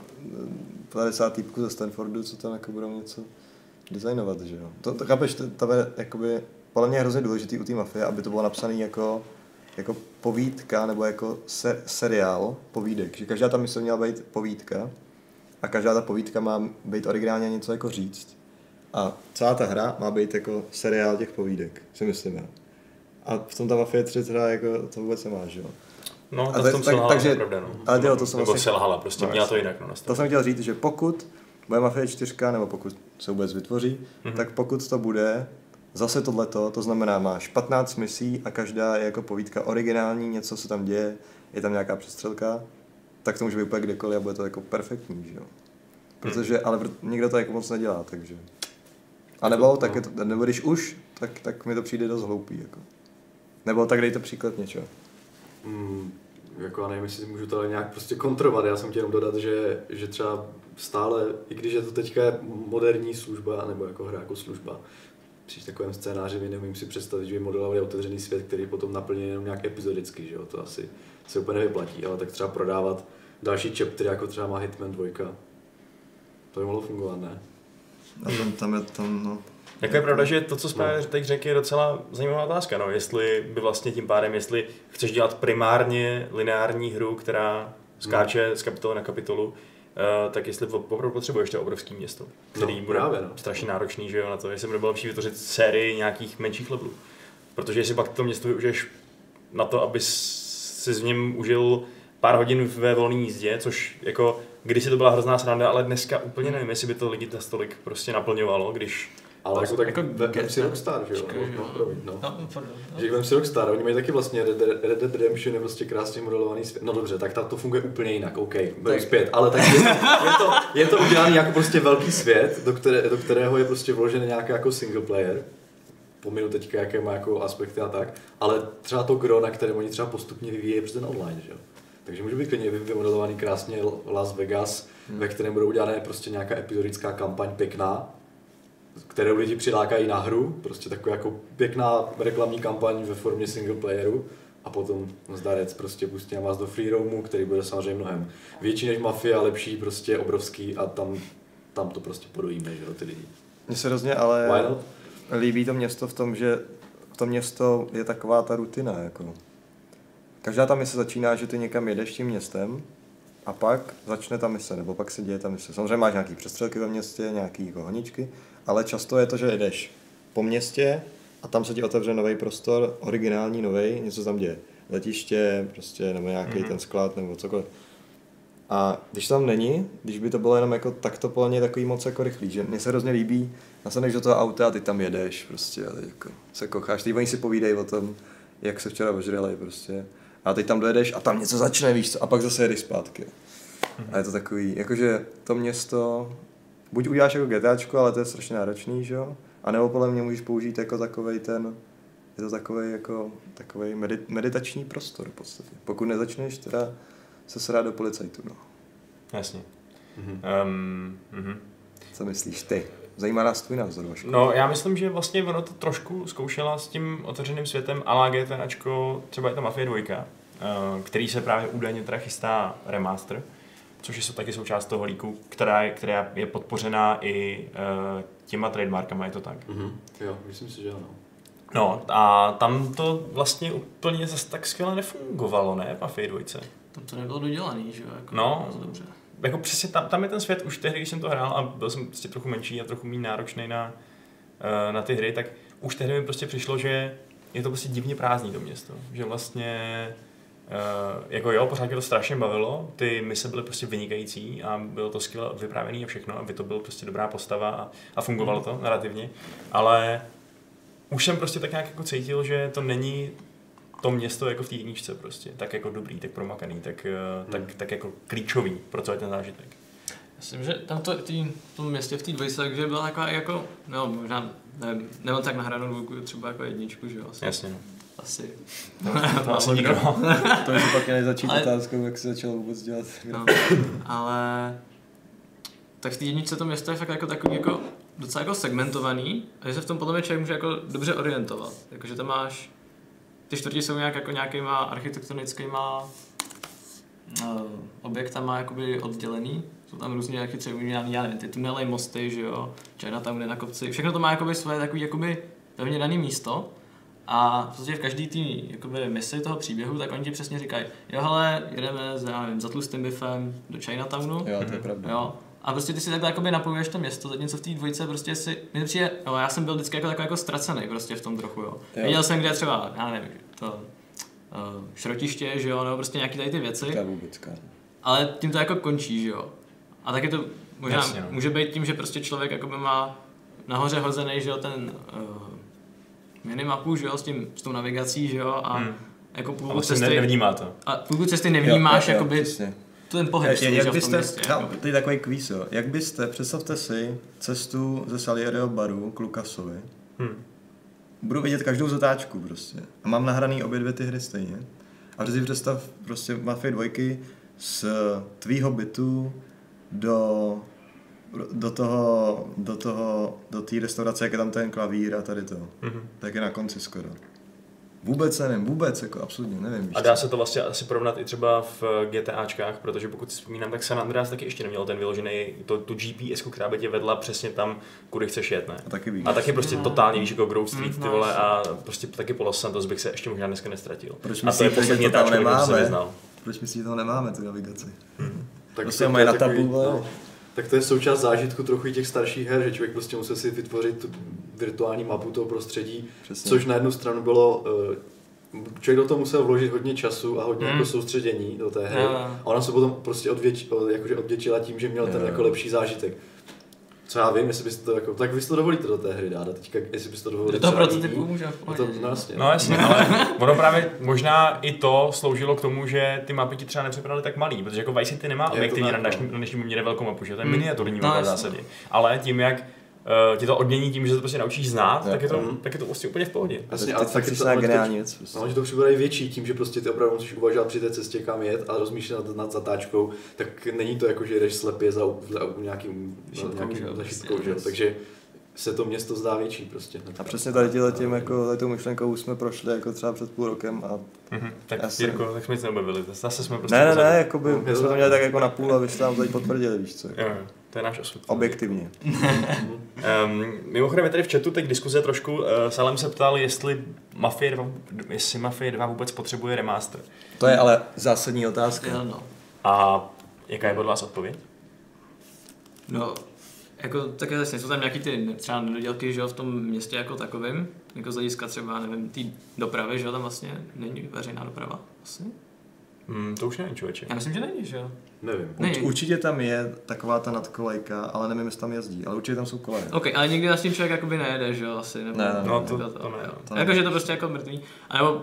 50 týpků ze Stanfordu, co tam jako budou něco designovat, že jo? To chápeš, to je jakoby, podle mě je hrozně důležitý u té mafie, aby to bylo napsané jako povídka nebo jako seriál povídek, že každá ta mise měla být povídka a každá ta povídka má být originálně něco jako říct. A celá ta hra má být jako seriál těch povídek, si myslím já. A v tom ta Mafie 3 teda jako to vůbec nemá, že jo? No, to v tom selhala, takže, pravda, no. Ale to jsem vlastně... selhala, prostě měla to jinak, no. To jsem chtěl říct, že pokud bude Mafie 4, nebo pokud se vůbec vytvoří, tak pokud to bude zase tohleto, to znamená, máš 15 misí a každá je jako povídka originální, něco se tam děje, je tam nějaká přestřelka, tak to může být úplně kdekoliv a bude to jako perfektní, že jo? Protože, ale nikdo to jako moc nedělá, takže... A nebo, tak je to, nebo když už, tak mi to přijde dost hloupý, jako. Nebo tak dejte příklad něčeho. Jako já nevím, jestli můžu to nějak prostě kontrovat, já jsem chtěl jenom dodat, že třeba stále, i když je to teďka moderní služba, nebo jako hra jako služba, při takovém scénáři neumím si představit, že by modelovali otevřený svět, který potom naplní jenom nějak epizodicky, že jo, to asi se úplně nevyplatí, ale tak třeba prodávat další chaptery, jako třeba má Hitman 2, to by mohlo fungovat, ne? A tam je tam, no. Jako je pravda, že to, co jsme teď řekli, je docela zajímavá otázka, no, jestli by vlastně tím pádem, jestli chceš dělat primárně lineární hru, která skáče z kapitoly na kapitolu, tak jestli opravdu potřebuješ to obrovské město, který bude strašně náročný, že jo, na to, jestli by bylo lepší vytvořit sérii nějakých menších levelů. Protože jestli pak to město využiješ na to, aby si v něm užil pár hodin ve volné jízdě, což jako kdysi to byla hrozná sranda, ale dneska úplně nevím, jestli by to lidi za stolik prostě naplňovalo, když... Ale jako vem si Rockstar, že jo? Že vem si Rockstar, oni mají taky vlastně Red Dead Redemption je prostě krásně modelovaný svět. No dobře, tak to funguje úplně jinak, OK, beru zpět, ale tak je to udělaný jako prostě velký svět, do kterého je prostě vložený nějaký jako single player. Pominu teďka, jaké má jako aspekty a tak, ale třeba to gro, na kterém oni třeba postupně vyvíjejí přes ten online, že jo? Takže může být klidně vymodelovaný krásně Las Vegas, ve kterém budou udělané prostě nějaká epizodická kampaň pěkná, kterou lidi přilákají na hru, prostě taková jako pěkná reklamní kampaň ve formě single playeru a potom zdarec prostě pustí vás do free roamu, který bude samozřejmě mnohem větší než Mafia, lepší, prostě obrovský a tam to prostě podojíme, že jo, ty lidi. Mně se hrozně ale líbí to město v tom, že to město je taková ta rutina, jako. Každá ta mise začíná, že ty někam jedeš tím městem a pak začne ta mise, nebo pak se děje ta mise. Samozřejmě máš nějaký přestřelky ve městě, nějaký jako honičky, ale často je to, že jedeš po městě a tam se ti otevře nový prostor, originální nový, něco tam děje. Letiště, prostě, nebo nějaký ten sklad, nebo cokoliv. A když tam není, když by to bylo jenom jako takto plně takový moc jako rychlý, že mně se hrozně líbí, nasadneš do toho auta a ty tam jedeš prostě a jako se kocháš, ty oni si povídej o tom, jak se včera ožrali prostě. A teď tam dojedeš a tam něco začne, víš co, a pak zase jedeš zpátky. A je to takový, jakože to město, buď uděláš jako GTAčko, ale to je strašně náročný, že jo? A nebo podle mě můžeš použít jako takovej ten, je to takovej jako, takovej meditační prostor v podstatě. Pokud nezačneš teda se srát do policajtu, no. Jasně. Co myslíš ty? Zajímá nás tvůj názor, Vašku. No, já myslím, že vlastně ono to trošku zkoušela s tím otevřeným světem a la GTAčko, třeba je to Mafia 2, který se právě údajně teda chystá remaster, což je taky součást toho líku, která je podpořená i těma trademarkama, je to tak? Jo, myslím si, že ano. No, a tam to vlastně úplně zase tak skvěle nefungovalo, ne, Mafia 2? Tam to nebylo dodělaný, že jo? Jako no, dobře. Jako přesně tam je ten svět, už tehdy, když jsem to hrál a byl jsem prostě trochu menší a trochu méně náročný na ty hry, tak už tehdy mi prostě přišlo, že je to prostě divně prázdný to město, že vlastně jako jo, pořád mě to strašně bavilo, ty mise byly prostě vynikající a bylo to skvěle vyprávěný a všechno, aby to bylo prostě dobrá postava a fungovalo to narrativně, ale už jsem prostě tak nějak jako cítil, že to není to město jako v té jedničce prostě, tak jako dobrý, tak promakaný, tak jako klíčový pro celý ten zážitek. Myslím, že tam v tom městě v té dvojce, takže byla taková jako, no možná, nevím, nemám tak nahranou dvojku, třeba jako jedničku, že jo? Jasně, no. Asi. To asi nikdo. To už pak je začít otázkou, jak se začalo vůbec dělat. No, ale tak v té jedničce to město je fakt jako takový jako docela jako segmentovaný a že se v tom podle mě člověk může jako dobře orientovat. Jakože tam máš, ty čtvrti jsou nějak jako nějakýma architektonickýma objektama jakoby oddělený. Jsou tam různě nějaký třeba já nevím, ty tunely, mosty, že jo, Chinatown na kopci. Všechno to má jakoby svoje takový jakoby pevně daný místo. A v podstatě v každý tý jakoby misi toho příběhu, tak oni ti přesně říkají, jo hele, jedeme za tlustým bifem do Chinatownu. Jo, to je pravda. Jo. A prostě ty si takhle jakoby napojuješ to město, zatímco v té dvojce prostě si, mně přijde, jo, já jsem byl vždycky jako takový jako ztracený prostě v tom trochu, jo. Viděl jsem kde třeba, já nevím, to šrotiště, že jo, nebo prostě nějaký tady ty věci. Ale tím to jako končí, že jo. A taky to možná jasně, no. Může být tím, že prostě člověk jakoby má nahoře hozený, že jo, ten minimapu, že jo, s tou navigací, že jo, a jako půlku cesty nevnímá to. A půlku cesty nevnímáš, jo, jakoby přesně. ten pohyb, jak byste, městě, to je takový kvíz, jo. Jak byste, představte si cestu ze Salieriho baru k Lukasovi. Budu vidět každou zatáčku prostě. A mám nahraný obě dvě ty hry stejně. A si představ prostě Mafii 2 z tvýho bytu do té restaurace, jak je tam ten klavír a tady to. Tak je na konci skoro. Vůbec nevím, jako absolutně nevím. A dá se to vlastně asi porovnat i třeba v GTAčkách, protože pokud si vzpomínám, tak San Andreas taky ještě neměl ten vyložený, tu GPS, která by tě vedla přesně tam, kudy chceš jet, ne? A taky prostě totálně víš jako Grove Street, ty vole, a prostě taky po Los Santos bych se ještě možná dneska nestratil. Proč a to je poslední etáčka, kterou jsem vyznal. Proč myslíš, že toho nemáme, tu navigaci? Tak prostě mají na tabu, tak to je součást zážitku trochu i těch starších her, že člověk prostě musel si vytvořit tu virtuální mapu toho prostředí, přesně. Což na jednu stranu bylo, člověk do toho musel vložit hodně času a hodně jako soustředění do té hry. A ona se potom prostě odvětšila tím, že měl ten jako lepší zážitek. Co já vím, jestli byste to jako, tak vy si to dovolíte do té hry dát a teďka, jestli byste to dovolili do toho prototypu může No jasně, ale ono právě možná i to sloužilo k tomu, že ty mapy ti třeba nepřipadaly tak malý, protože jako Vice City nemá objektivně na dnešním měře velkou mapu, že to je miniaturní mapa v zásadě, ale tím jak ti to odmění tím, že se to prostě naučíš znát, tak je to prostě úplně v pohodě. Jasně, ale tak je geniální věc. Prostě. No, že to připadají větší tím, že prostě ty opravdu musíš uvažovat při té cestě, kam jet a rozmýšlet nad zatáčkou, tak není to jako, že jdeš slepě za nějakým zašitkou, že jo, takže se to město zdá větší prostě. A přesně tady tím jako tou myšlenkou jsme prošli jako třeba před půl rokem a tak Jirko, tak jsme nic neobjevili, zase jsme prostě Ne, jakoby jsme to měli tak jako na půl a vy jste nám tady potvrdili, víš co. Jo, to je náš osud. Objektivně. Mimochodem je tady v chatu teď diskuze trošku, Salem se ptal, jestli Mafie 2 vůbec potřebuje remaster. To je ale zásadní otázka. Jo, no. A jaká je podle vás odpověď? No, jako také zase jsou tam nějaký ty třeba nedodělky, že jo, v tom městě jako takovým, jako z hlediska třeba, nevím, té dopravy, že jo, tam vlastně není veřejná doprava, asi? To už není, člověče. Já myslím, že není, že jo? Nevím. Určitě tam je taková ta nadkolejka, ale nevím, jestli tam jezdí, ale určitě tam jsou koleje. OK, ale nikdy vlastně člověk jakoby nejede, že jo, asi, nebo... Ne, to ne. Jakože je to prostě jako mrtvý, a nebo...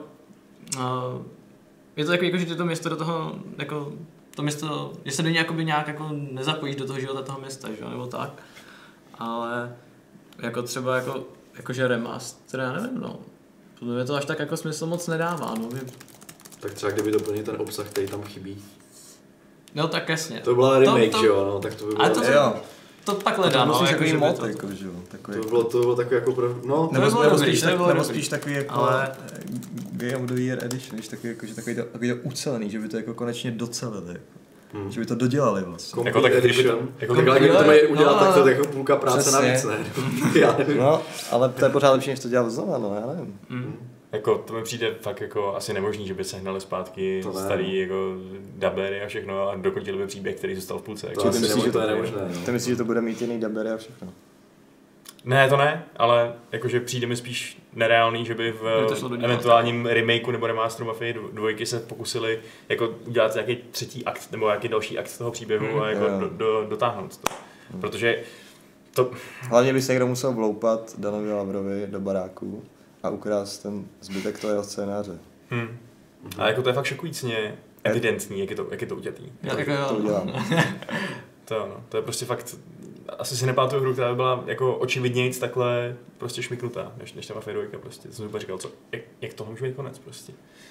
je to takový, jako, že to město do toho, jako... To město, že se do něj nějak jako nezapojíš do toho života toho města, že jo, nebo tak. Ale jako třeba jakože remaster, já nevím, no. Podle mě to až tak jako smysl moc nedává, no. Tak třeba kdyby doplnil ten obsah, který tam chybí. No tak jasně. To byla remake, že jo, no, tak to by bylo... To pak hledá, no, jako že mod, jako, že jo. To bylo takový jako no, nebo spíš takový jako Game of the Year Edition, víš, takový jako, že takový to ucelený, že by to jako konečně docelili, jako. Že by to dodělali vlastně. Jako tak edition. Kdyby to mají udělat, tak to je jako půlka práce navíc, ne? Já nevím. No, ale to je pořád lepší, než to dělat znova, no, já nevím. Jako to mi přijde fakt jako asi nemožný, že by sehnali zpátky starý jako dabery a všechno a dokončili by příběh, který zůstal v půlce. To asi myslíš, že to je nemožné. Ty myslíš, že to bude mít jiný dabery a všechno? Ne, to ne, ale jakože přijde mi spíš nereálný, že by v eventuálním remakeu nebo remasteru Mafie 2 se pokusili jako udělat nějaký třetí akt nebo nějaký další akt toho příběhu a jako dotáhnout to. Protože to... Hlavně by se někdo musel vloupat Danovi Lavrovi do baráku a ukrást ten zbytek toho jeho scénáře. A jako to je fakt šokujícně evidentní, jak je to udětý. To udělám. To je prostě fakt, asi si nepamatuju hru, která by byla jako očividnějc takhle prostě šmiknutá, než ta Mafia 2 prostě. Jsem si říkal, jak tohle může být konec prostě.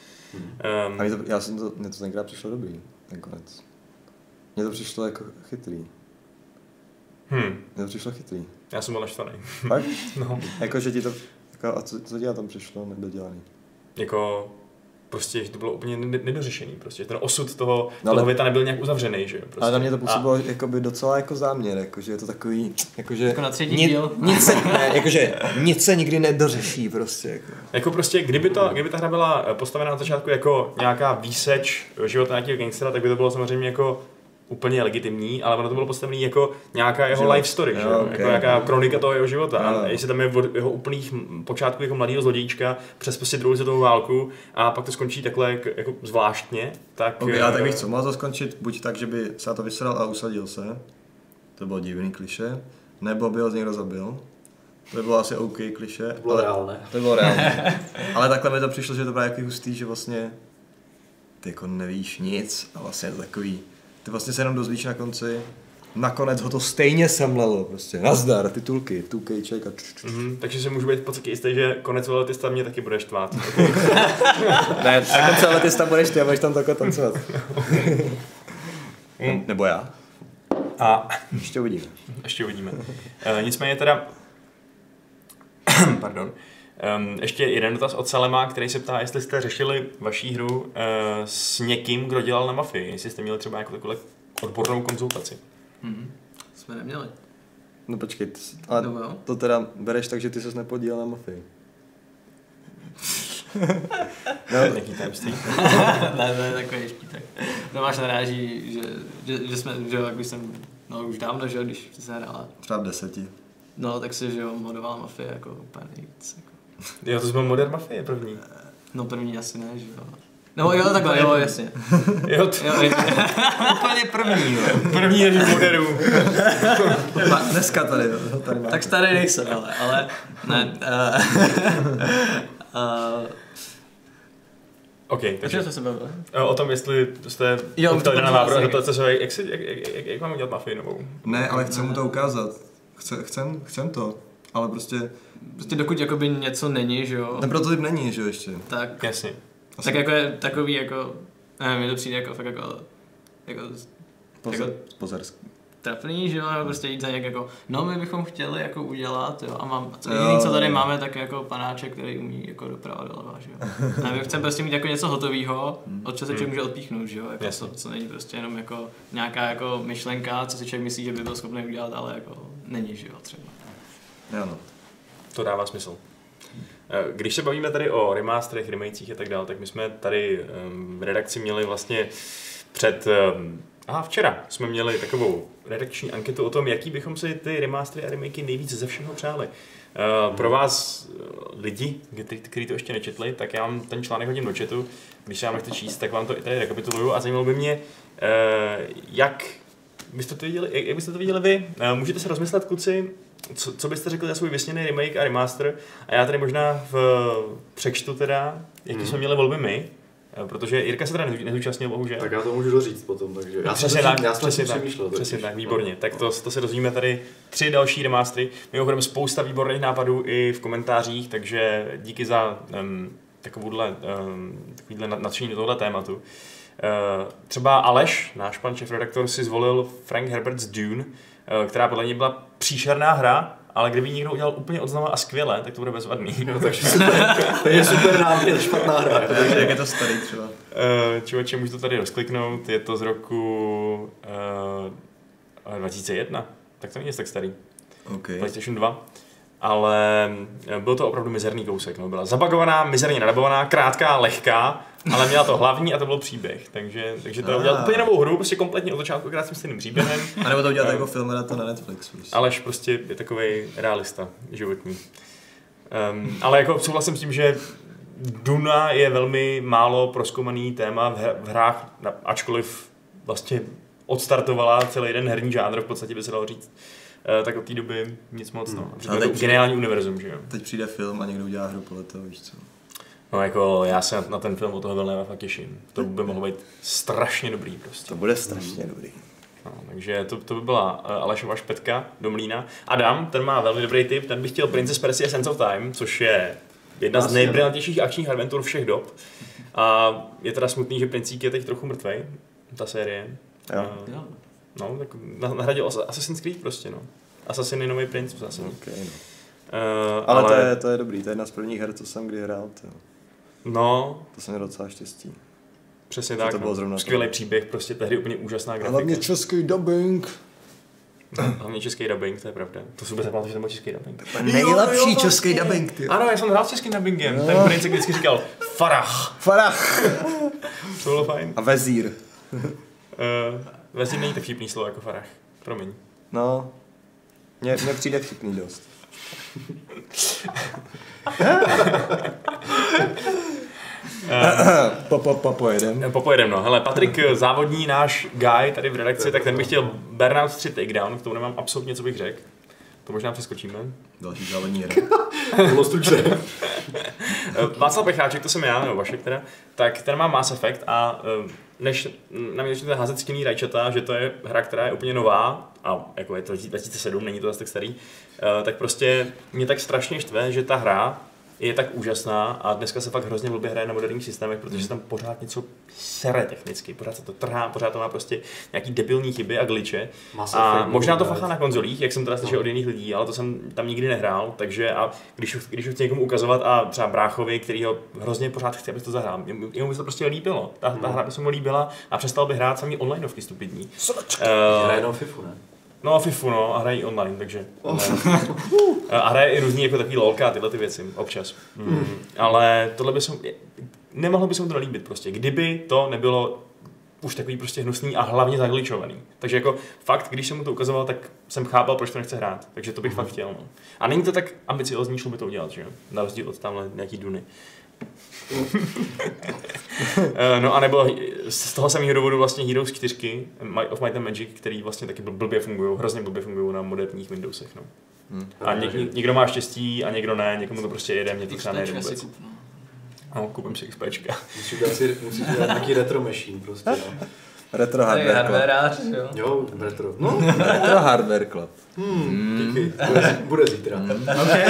Mně to tenkrát přišlo dobrý, ten konec. Mně to přišlo jako chytrý. Mně to přišlo chytrý. Já jsem byl naštvaný. Fakt? No. Jako, že ti to, jako, a co ti na tom přišlo nedodělaný? Jako, prostě, že to bylo úplně nedořešený, prostě, ten osud toho věta nebyl nějak uzavřený, že jo. Prostě. Ale na mě to působilo jakoby docela jako záměr, jakože je to takový, jakože... Jako na třetí díl. Nic se nikdy nedořeší prostě. Jako prostě, kdyby ta hra byla postavená na začátku jako nějaká výseč života nějakého gangstera, tak by to bylo samozřejmě jako úplně legitimní, ale ono to bylo postavené jako nějaká jeho life story, že? Okay. Jako nějaká kronika toho jeho života. A jestli tam je od jeho úplných počátků jako mladého zlodějčka přes prostě druhou světovou válku a pak to skončí takhle jako zvláštně, tak... Okay, já tak bych co, mohl to skončit buď tak, že by se na to vysral a usadil se, to bylo divný klišé, nebo by ho někdo zabil. To by bylo asi OK klišé. To bylo reálné. To bylo reálné. Ale takhle mi to přišlo, že to bylo jaký hustý, že vlastně ty jako nevíš nic a vlastně je to takový. Ty vlastně se jenom dozvíš na konci, nakonec ho to stejně semlelo prostě. Nazdar, titulky, 2Kček a takže si můžu být v podstatě jistý, že konec Letista mě taky bude štvát. Ne, na konci Letista budeš ty a budeš tam takhle tancovat. Nebo já. A ještě uvidíme. Nicméně teda, pardon, ještě jeden dotaz od Salema, který se ptá, jestli jste řešili vaší hru s někým, kdo dělal na Mafii, jestli jste měli třeba jako takovou odbornou konzultaci. Jsme neměli. No počkej, ale to teda bereš tak, že ty ses nepodílel na Mafii. No, nějaký tajemství. ne, takový špítek. No máš naráží, že jsme, že když jsem, no už dávno, že když se hrála. Třeba v 10. No, tak si, že jo, modovala Mafie jako úplně nejvíc. Jako. Jo, to jsme Modern Mafie první. No první asi ne, že jo. No jo, takhle, jo, jasně. Jo, úplně první, jo. První je Moderu. Dneska tady tak starý nejsem, ale ne. OK, takže jsme se bavili? O tom, jestli jste uchtěli na návrh, jak mám udělat Mafii novou? Ne, ale chci mu to ukázat. Chcem to, ale prostě dokud jakoby něco není, že jo? Ten prototyp není, že jo, ještě. Tak. Jasně. Tak jako je takový jako, nevím, mi to přijde jako fakt jako pozerský. Trapný, že jo, nebo prostě jít za nějak jako, no my bychom chtěli jako udělat, jo, a jediný, co tady máme, tak jako panáček, který umí jako doprava doleva, že jo. A my chceme prostě mít jako něco hotového, od čeho se člověk může odpíchnout, že jo, jako co není prostě jenom jako nějaká jako myšlenka, co si člověk myslí, že by byl schopný udělat, ale jako není, že jo, třeba. Ano. To dává smysl. Když se bavíme tady o remasterech, remakech a tak dále, tak my jsme tady v redakci měli vlastně včera jsme měli takovou redakční anketu o tom, jaký bychom si ty remastery a remakey nejvíc ze všeho přáli. Pro vás lidi, kteří to ještě nečetli, tak já vám ten článek hodím do chatu. Když se vám nechci číst, tak vám to i tady rekapituluju a zajímalo by mě, jak byste to viděli vy. Můžete se rozmyslet, kluci, co byste řekli za svůj vysněný remake a remaster, a já tady možná přečtu teda, jaký jsme měli volby my, protože Jirka se teda nezúčastnil, bohužel. Tak já to můžu doříct potom, takže já jsem přemýšlel. Přesně tak, výborně. Tak to se dozvíme tady 3 další remastery. Mimochodem spousta výborných nápadů i v komentářích, takže díky za takovýhle nadšení do tohle tématu. Třeba Aleš, náš pan šéfredaktor, si zvolil Frank Herbert's Dune, která podle něj byla příšerná hra, ale kdyby někdo udělal úplně od znova a skvěle, tak to bude bezvadný. No, to je super námět, špatná hra. Takže jak je to starý třeba? Člověče, můžu to tady rozkliknout, je to z roku 2001, tak to není tak starý. Okay. PlayStation 2. Ale byl to opravdu mizerný kousek. No. Byla zabagovaná, mizerně nadabovaná, krátká, lehká, ale měla to hlavní a to byl příběh. Takže to udělal úplně novou hru, prostě kompletně od začátku krát s tím stejným příběhem. A nebo to udělat jako film, na to na Netflix. Prostě. Aleš prostě je takovej realista životní. Ale jako souhlasím s tím, že Duna je velmi málo prozkoumaný téma v hrách, ačkoliv vlastně odstartovala celý jeden herní žánr, v podstatě by se dalo říct. Tak od té doby nic moc, no. Je to geniální univerzum, že jo. Teď přijde film a někdo udělá hru podle toho, víš co. No jako já se na ten film od toho velmi fakt těším. To by mohlo být strašně dobrý prostě. To bude strašně dobrý. No, takže to by byla Alešova špetka do mlýna. Adam, ten má velmi dobrý tip, ten by chtěl Princess Persia Sands of Time, což je jedna z nejbrilantnějších akčních adventur všech dob. A je teda smutný, že Princík je teď trochu mrtvej, ta série. Jo. No, tak nahradil Assassin's Creed prostě, no. Assassin je nový princ zase. Okay, no. Ale to je dobrý, to je jedna z prvních her, co jsem kdy hrál. No. To jsem měl docela štěstí. Přesně tak, no. Skvělý příběh, prostě tehdy úplně úžasná grafika. Hlavně český dubbing. Hlavně český dubbing, to je pravda. To si vůbec nepamatuji, že to byl český dubbing. Nejlepší český dubbing, ty. Ano, já jsem hrál s českým dubbingem. Ten princ vždycky říkal Farah. To bylo fajn. A vezír. Vezír není tak vtipný slovo jako Farah. Promiň. No, mně přijde vtipný dost. Popojedem, no. Hele, Patrik Závodní, náš guy tady v redakci, tak ten by chtěl Burnout 3 Takedown, k tomu nemám absolutně co bych řekl. To možná přeskočíme. Další závodní hra. Bylo stručné. Václav Pecháček, to jsem já, nebo Vašek teda, tak ten má Mass Effect a než na mě začnete házet skinný rajčata, že to je hra, která je úplně nová, a jako je to 2007, není to zase tak starý, tak prostě mě tak strašně štve, že ta hra je tak úžasná a dneska se fakt hrozně blbě hraje na moderních systémech, protože se tam pořád něco sere technicky, pořád se to trhá, pořád to má prostě nějaký debilní chyby a glitche. A možná to fachá na konzolích, jak jsem teda slyšel od jiných lidí, ale to jsem tam nikdy nehrál, takže a když ho chci někomu ukazovat a třeba bráchovi, který ho hrozně pořád chce, aby to zahrál, jemu by se to prostě líbilo, ta hra by se mu líbila a přestal by hrát samý onlineovky stupidní. Hraje jenom FIFU, ne? No, FIFU, no, a hrají online, takže. A hraje i různý jako takový lolka a tyhle ty věci, občas. Ale tohle by se nemohlo by se mu to nelíbit prostě, kdyby to nebylo už takový prostě hnusný a hlavně zagličovaný. Takže jako fakt, když jsem mu to ukazoval, tak jsem chápal, proč to nechce hrát. Takže to bych fakt chtěl, no. A není to tak ambiciozní, šlo by to udělat, že jo? Na rozdíl od tamhle nějaký Duny. No a nebo z toho samého důvodu vlastně Heroes 4 of Might and Magic, který vlastně taky hrozně blbě fungují na moderních Windowsech, no. A někdo má štěstí a někdo ne, někomu to prostě jede, mě to třeba nejde vůbec. No, koupím si XPčka. Musíš dělat nějaký retro machine prostě, no. Retro hardware club. Jo, retro. No. Retro hardware club. Díky. Bude zítra. Okay.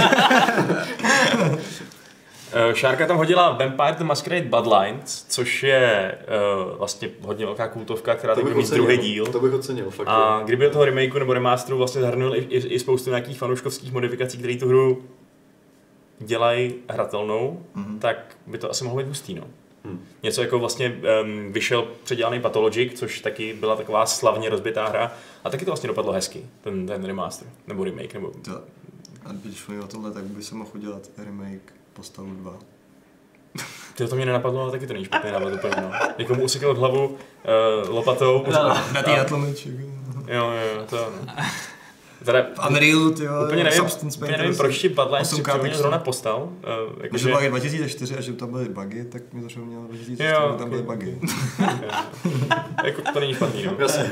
Šárka tam hodila Vampire the Masquerade Bloodlines, což je vlastně hodně velká kultovka, která teď bude mít druhý díl. To bych ocenil, fakt. A kdyby do toho remakeu nebo remasteru vlastně zahrnul i spoustu nějakých fanouškovských modifikací, které tu hru dělají hratelnou, tak by to asi mohlo být hustý, no. Něco jako vlastně vyšel předělaný Pathologic, což taky byla taková slavně rozbitá hra a taky to vlastně dopadlo hezky, ten remaster, nebo remake, nebo... A když mluvím o tomhle, tak by se mohl udělat remake Postavu 2. To mě nenapadlo, ale taky to není špatný nápad úplně, no. Někomu usekal hlavu lopatou. Na tý natlomeček. Jo, to no. Teda, v Unrealu, tyjo, úplně nevím, proč ti Bloodlines připomenul zrovna postal. Když to bylo 2004 a že tam byly bugy, tak mi to připomnělo 2004, že tam byly bugy. Jako to není špatný, no. Jasně.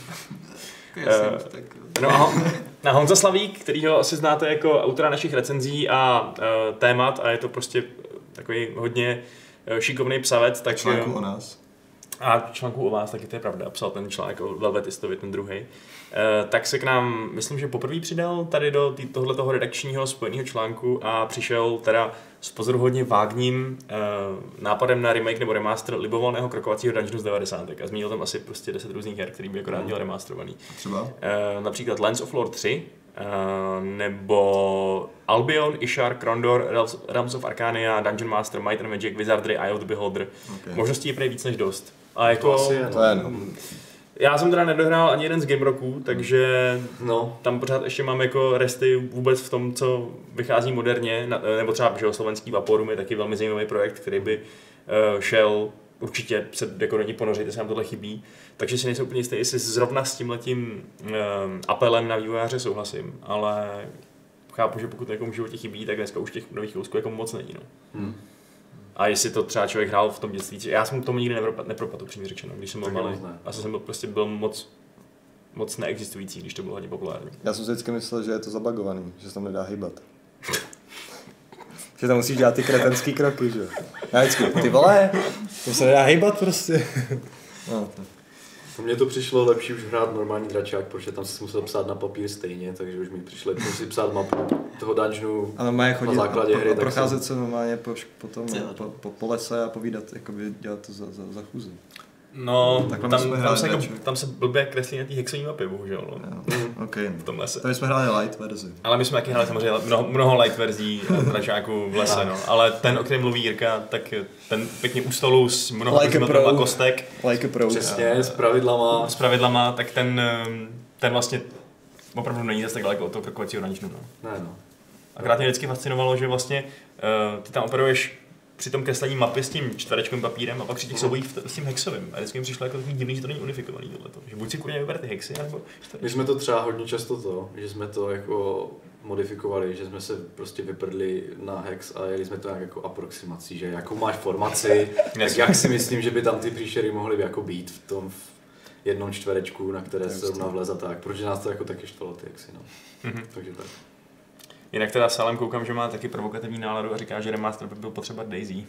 No a Honza Slavík, kterýho asi znáte jako autora našich recenzí a témat a je to prostě takový hodně šikovný psavec. Tak článku o nás. A článku o vás, taky to je pravda, psal ten článek o Velvetistovi, ten druhý. Tak se k nám, myslím, že poprvé přidal tady do tohletoho redakčního spojeného článku a přišel teda s pozoruhodně vágním nápadem na remake nebo remaster libovolného krokovacího Dungeonu z 90. A zmínil tam asi prostě 10 různých her, který by akorát měl remasterovaný. Třeba? Například Lands of Lore 3, nebo Albion, Ishar, Krondor, Realms of Arcania, Dungeon Master, Might and Magic, Wizardry, Eye of the Beholder. Okay. Možností je prej víc než dost. A jako... To je no. Já jsem teda nedohrál ani jeden z Game Rocků, takže tam pořád ještě mám jako resty vůbec v tom, co vychází moderně, nebo třeba že slovenský Vaporum je taky velmi zajímavý projekt, který by šel určitě se jako do ní ponořit, jestli nám tohle chybí. Takže si nejsem úplně jistý, jestli zrovna s tímhletím apelem na vývojáře souhlasím, ale chápu, že pokud někomu v životě chybí, tak dneska už těch nových kousků jako moc není. No. A jestli to třeba člověk hrál v tom dětství, já jsem k tomu nikdy nepropadl, upřímně řečeno, když jsem byl malý. Asi jsem byl moc neexistující, když to bylo hodně populární. Já jsem si vždycky myslel, že je to zabagovaný, že se tam nedá hýbat. Že tam musíš dělat ty kretenský kroky, že jo. Já vždycky, ty vole, to se nedá hejbat prostě. No, to. Mně to přišlo lepší už hrát normální dračák, protože tam si musel psát na papír stejně, takže už mi přišlo lepší si psát mapu toho dungeonu na základě hry. A procházet se normálně po lese a povídat, jakoby dělat to za chůzi. No, tam se blbě kreslí na té hexové mapě, bohužel. No. Okay. V tom lese. Tam jsme hráli light verzi. Ale my jsme taky hráli samozřejmě mnoho light verzí dračáků v lese, no. Ale ten, o kterém mluví Jirka, tak ten pěkně u stolu s mnoha kostek. Like a pro. Přesně, s pravidlama, tak ten vlastně opravdu není zase tak daleko od toho krokovacího dungeonu, no. Ne, no. Akorát mě vždycky fascinovalo, že vlastně ty tam operuješ při tom kreslení mapy s tím čtverečkovým papírem a pak při těch soubojích s tím hexovým. A vždycky mi přišlo jako takový divný, že to není unifikovaný tohleto. Že buď si kurně vybere ty hexy, nebo... My jsme to třeba hodně často že jsme to jako modifikovali, že jsme se prostě vyprdli na hex a jeli jsme to nějak jako aproximací, že jakou máš formaci, tak jak si myslím, že by tam ty příšery mohly jako být v tom jednom čtverečku, na které se rovná vlez a tak, protože nás to jako taky štvalo ty hexy, no. Takže tak. Jinak teda Salem koukám, že má taky provokativní náladu a říká, že remaster by byl potřeba Daisy.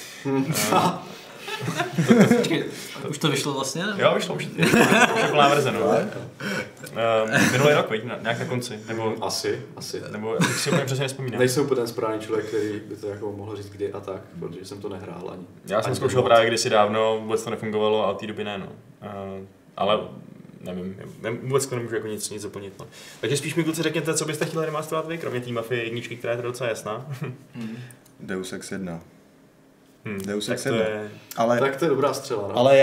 Už to vyšlo vlastně? Nebo? Jo, vyšlo už. Je plná verze, no. Minulý rok, veď, nějak na konci. Nebo, asi. Nebo si úplně přesně nespomínám. Nejsem úplně ten správný člověk, který by to jako mohl říct kdy a tak, protože jsem to nehrál ani. Já jsem zkoušel právě kdysi dávno, vůbec to nefungovalo a od té doby ne, no. Ale nevím, vůbec to nemůžu jako nic zaplnit. No. Takže spíš mi kluci řekněte, co byste chtěli remasterovat vy, kromě té Mafie jedničky, která je teda docela jasná. Deus Ex 1. Deus tak Ex 1. Tak to je dobrá střela, no. Ale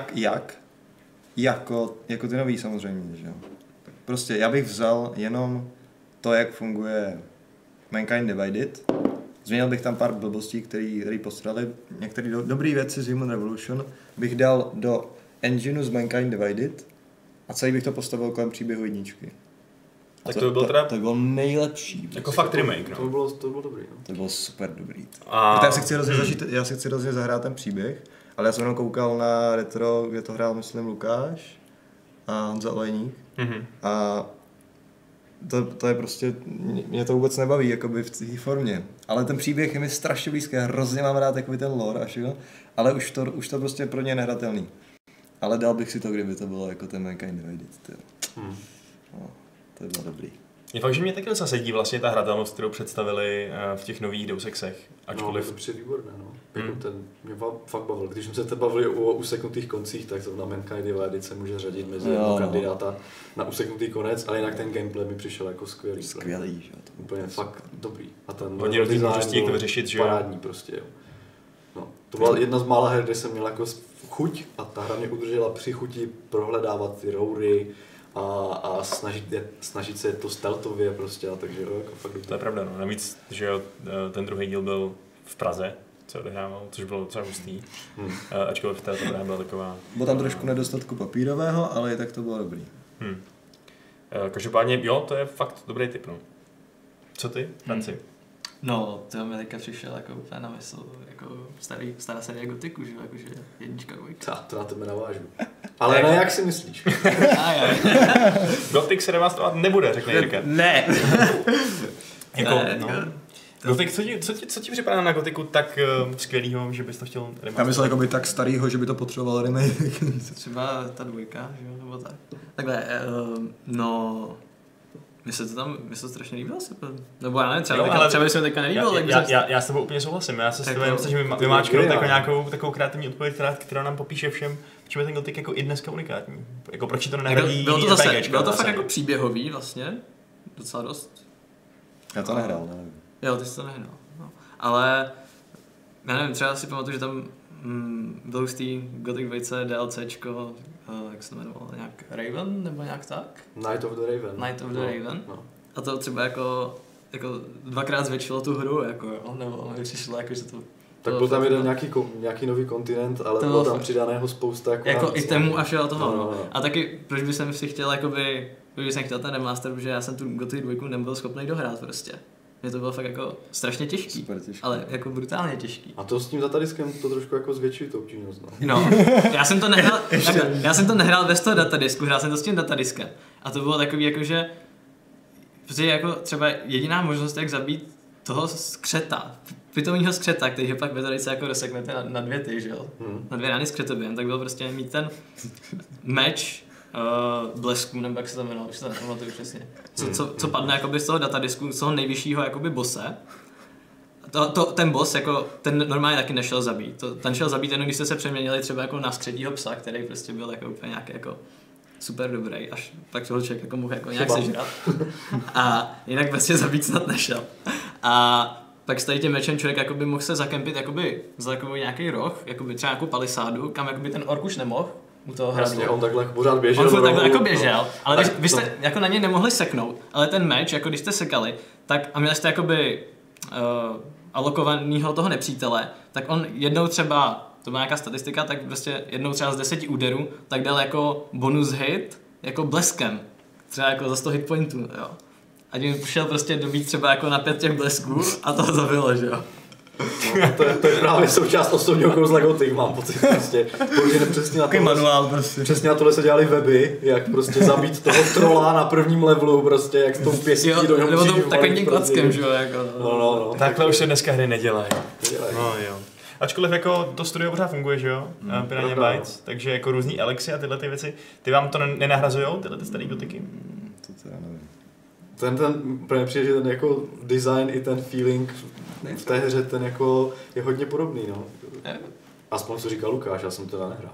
jako ty nový samozřejmě, že jo. Prostě já bych vzal jenom to, jak funguje Mankind Divided. Změnil bych tam pár blbostí, který postrali. Některé dobré věci z Human Revolution bych dal do engineu z Mankind Divided a celý bych to postavil kolem příběhu jedničky. Tak to by bylo teda... To by bylo nejlepší. Jako fakt remake, no. To by bylo dobrý, no. To bylo super dobrý. Protože já si chci hrozně zahrát ten příběh, ale já jsem jenom koukal na retro, kde to hrál, myslím, Lukáš a Honza Olejník. A to je prostě, mě to vůbec nebaví jakoby v té formě. Ale ten příběh je mi strašně blízký, já hrozně mám rád jakoby ten lore a všechno, ale už to prostě pro ně je nehratelný. Ale dal bych si to, kdyby to bylo jako ten Mankind Divided. No, to by bylo dobrý. Je fakt, že mě taky docela sedí vlastně ta hratelnost, kterou představili v těch nových Deus Exech. Ačkoliv... No, to je výborné, no. Jako ten mě fakt bavil. Když jsme se te bavili o useknutých koncích, tak to na Mankind Divided se může řadit mezi kandidáta na useknutý konec, ale jinak ten gameplay mi přišel jako skvělý. Skvělý, že? Úplně fakt dobrý. A ten hodně různých možností, jak to vyřešit, že jo? Parádní prostě, jo. No, to byla jedna z mála her, kde jsem měl jako chuť a ta hra mě udržela při chuti prohledávat ty roury a snažit se to stealthově prostě, a takže jo, jako fakt dobrý. To je pravda, no. Navíc, že jo, ten druhý díl byl v Praze, co odehrával, což bylo docela hustý. Ačkoliv ta hra byla taková... Bylo tam trošku nedostatku papírového, ale i tak to bylo dobrý. Každopádně, jo, to je fakt dobrý tip, no. Co ty, Franci? No, to mi teďka přišel jako úplně na mysl, jako stará série Gothicu, že? Jakože jednička, dvojka. To na tebe navážu. Ale ne, jak si myslíš? Gothic se remasterovat nebude, řekne Jirka. Ne. Gothic, co ti připadá na Gothicu tak skvělýho, že bys to chtěl remasterovat? Já myslím, jako by tak starýho, že by to potřeboval remake. Třeba ta dvojka, že jo, nebo tak. Takhle, no... Mně se to strašně líbilo, nebo já nevím, třeba by se mi teďka nelíbilo. Já s tebou úplně souhlasím, já se s tebou myslím, že vymáčknout jako nějakou takovou kreativní odpověď, která nám popíše všem, čím je ten Gothic jako i dneska unikátní. Jako proč to nenahradí RPGčka. Bylo to fakt jako příběhový vlastně, docela dost. Já to nehrál, nevím. Jo, ty jsi to nehrál, no. Ale já nevím, třeba si pamatuju, že tam byl z té Gothic 2 DLCčko, jak se to jmenovalo, nějak Raven, nebo nějak tak? Night of the Raven. No. A to třeba jako dvakrát zvětšilo tu hru, jako jo, nebo mi přišlo jako, že to... Tak byl tam jeden nějaký nový kontinent, ale bylo tam přidaného spousta jako i temu a všeho toho, no. A taky, proč bych si chtěl jakoby, protože jsem chtěl ten remaster, protože já jsem tu Gothic 2 nebyl schopný dohrát prostě. Mě to bylo fakt jako strašně těžký, ale jako brutálně těžký. A to s tím datadiskem to trošku jako zvětšuje to obtížnost, no. Já jsem to nehrál bez toho datadisku, hrál jsem to s tím datadiskem. A to bylo takový jako, že prostě jako třeba jediná možnost, jak zabít toho skřeta, pitomního skřeta, který ho pak ve tradici jako rozseknete na 2 ty, že jo? Na 2 rány skřetoběm, tak byl prostě mít ten meč blesku, nebo jak se to jmenuje, už se to nepamatuju přesně. Co padne jakoby z toho datadisku, z toho nejvyššího jakoby bosse. Ten boss, jako, ten normálně taky nešel zabít. Ten šel zabít jenom, když jste se přeměnili třeba jako na skřetího psa, který prostě byl jako úplně nějaký jako super dobrý, až pak toho člověk jako mohl jako nějak sežrat. A jinak vlastně zabít snad nešel. A pak s tady tím mečem člověk jakoby mohl se zakempit jakoby za takový nějaký roh, jakoby třeba nějakou palisádu, kam jakoby ten ork už nemohl u toho hradu. Jasně, on takhle pořád běžel. On takhle jako běžel, ale vy jste jako na něj nemohli seknout, ale ten meč, jako když jste sekali, tak a měli jste jakoby alokovanýho toho nepřítele, tak on jednou třeba, to byla nějaká statistika, tak prostě jednou třeba z 10 úderů, tak dal jako bonus hit, jako bleskem, třeba jako za 100 hitpointů, jo. A tím šel prostě dobít třeba jako na 5 těch blesků a to zabilo, že jo. No, to je právě součást osobního kouzla Gothic, mám pocit prostě. Protože přesně na tohle, manuál prostě. Přesně na tohle se dělali weby, jak prostě zabít toho trolla na prvním levelu, prostě jak s tou pěstí do něho nebo to takovým tím klackem, že jo, jako. No. Takhle už se dneska hry nedělají. No jo. Ačkoliv jako to studio pořád funguje, že jo? Piranha Bytes, takže jako různý Elixy a tyhle ty věci, ty vám to nenahrazujou, tyhle ty starý Gothicy? To já nevím. Ten přijde, že ten jako design i ten feeling v té hře, ten jako je hodně podobný, no. Aspoň co říkal Lukáš, já jsem to nehrál.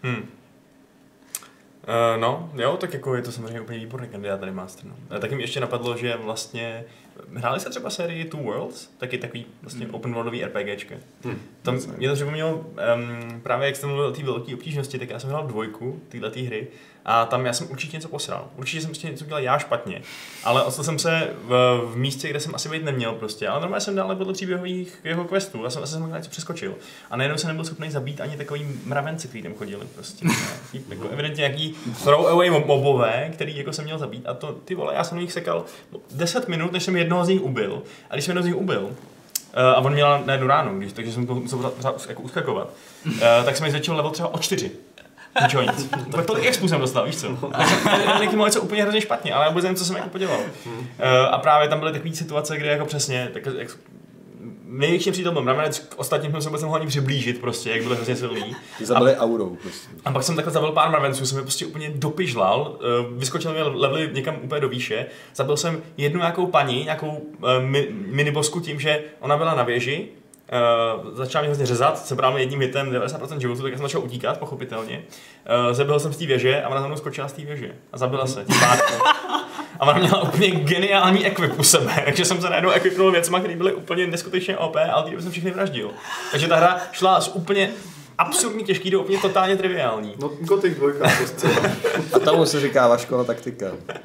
No, jo, tak jako je to samozřejmě úplně výborný kandidát na remaster. No. Taky mi ještě napadlo, že vlastně hráli se třeba sérii Two Worlds, taky takový vlastně open worldový RPGčka. Tam mě to připomnělo, právě jak jste mluvil o té velké obtížnosti, tak já jsem hrál 2 této hry a tam já jsem určitě něco posral. Určitě jsem prostě něco dělal já špatně, ale ostal jsem se v místě, kde jsem asi být neměl prostě, ale normálně jsem dál podle příběhových jeho questů, já jsem něco přeskočil a najednou jsem nebyl schopný zabít ani takový mravenci, kteří tam chodili prostě. Jako evidentně nějaký throwaway mobové, který jako jsem měl zabít a to, ty vole, já jsem jich sekal 10 minut, než jsem jednoho z nich ubil. A když jsem jednoho z nich ubil, a on měl na jednu ránu, takže jsem to musel jako uskakovat, tak jsem jich zvětšil level třeba o 4. Ničeho nic. Tak tolik expů jsem dostal, víš co? Někdy mohl něco úplně hrozně špatně, ale já vůbec nevím, co jsem jako podělal. A právě tam byly takové situace, kde jako přesně, tak jak největší přítel byl mravenec, k ostatním jsem se vůbec nemohl ani přiblížit prostě, jak byl hrozně silný. Ty zabili aurou prostě. A pak jsem takhle zabil pár mravenců, jsem je prostě úplně dopižlal, vyskočil mi levely někam úplně do výše, zabil jsem jednu nějakou paní, nějakou minibosku tím, že ona byla na věži, začal mě hrozně řezat, sebral mi jedním hitem 90% životu, tak jsem začal utíkat, pochopitelně. Zabil jsem z té věže a ona za mnou skočila z té věže a zabila se tím pádem. A ona měla úplně geniální equip u sebe, takže jsem se najednou equipnul věcma, které byly úplně neskutečně OP, ale ty jsem všechny vraždil. Takže ta hra šla z úplně absurdní těžký do úplně totálně triviální. No Gothic 2 prostě. A tomu se říká Vaškova taktika.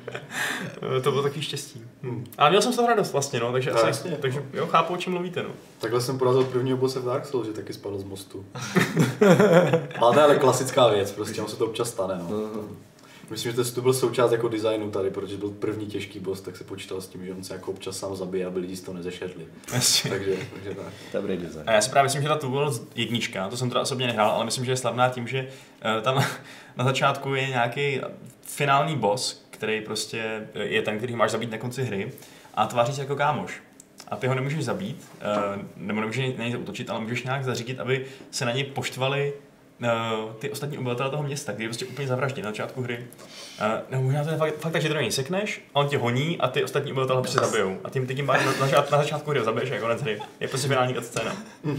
To bylo taky štěstí. Ale měl jsem z toho radost vlastně, no, takže jo, chápu, o čem mluvíte, no. Takhle jsem porazil prvního bosse v Dark Souls, že taky spadl z mostu. Ale to je ale klasická věc, prostě on se to občas stane, no. Myslím, že to byl součást jako designu tady, protože byl první těžký boss, tak se počítal s tím, že on se jako občas sám zabije, aby lidi z toho nezešedli. takže tak. Dobrý design. A já si právě myslím, že ta Two Worlds 1, to jsem teda osobně nehrál, ale myslím, že je slavná tím, že tam na začátku je nějaký finální boss, který prostě je ten, který máš zabít na konci hry a tváří se jako kámoš. A ty ho nemůžeš zabít, nebo nemůžeš na něj útočit, ale můžeš nějak zařídit, aby se na něj poštvali ty ostatní obyvatele toho města, který je prostě úplně zavraždí na začátku hry. Nebo možná to je fakt tak, že to něj a on tě honí a ty ostatní obyvatele ho prostě zabijou. A tím na začátku hry ho zabiješ a konec hry. Je prostě finální scéna.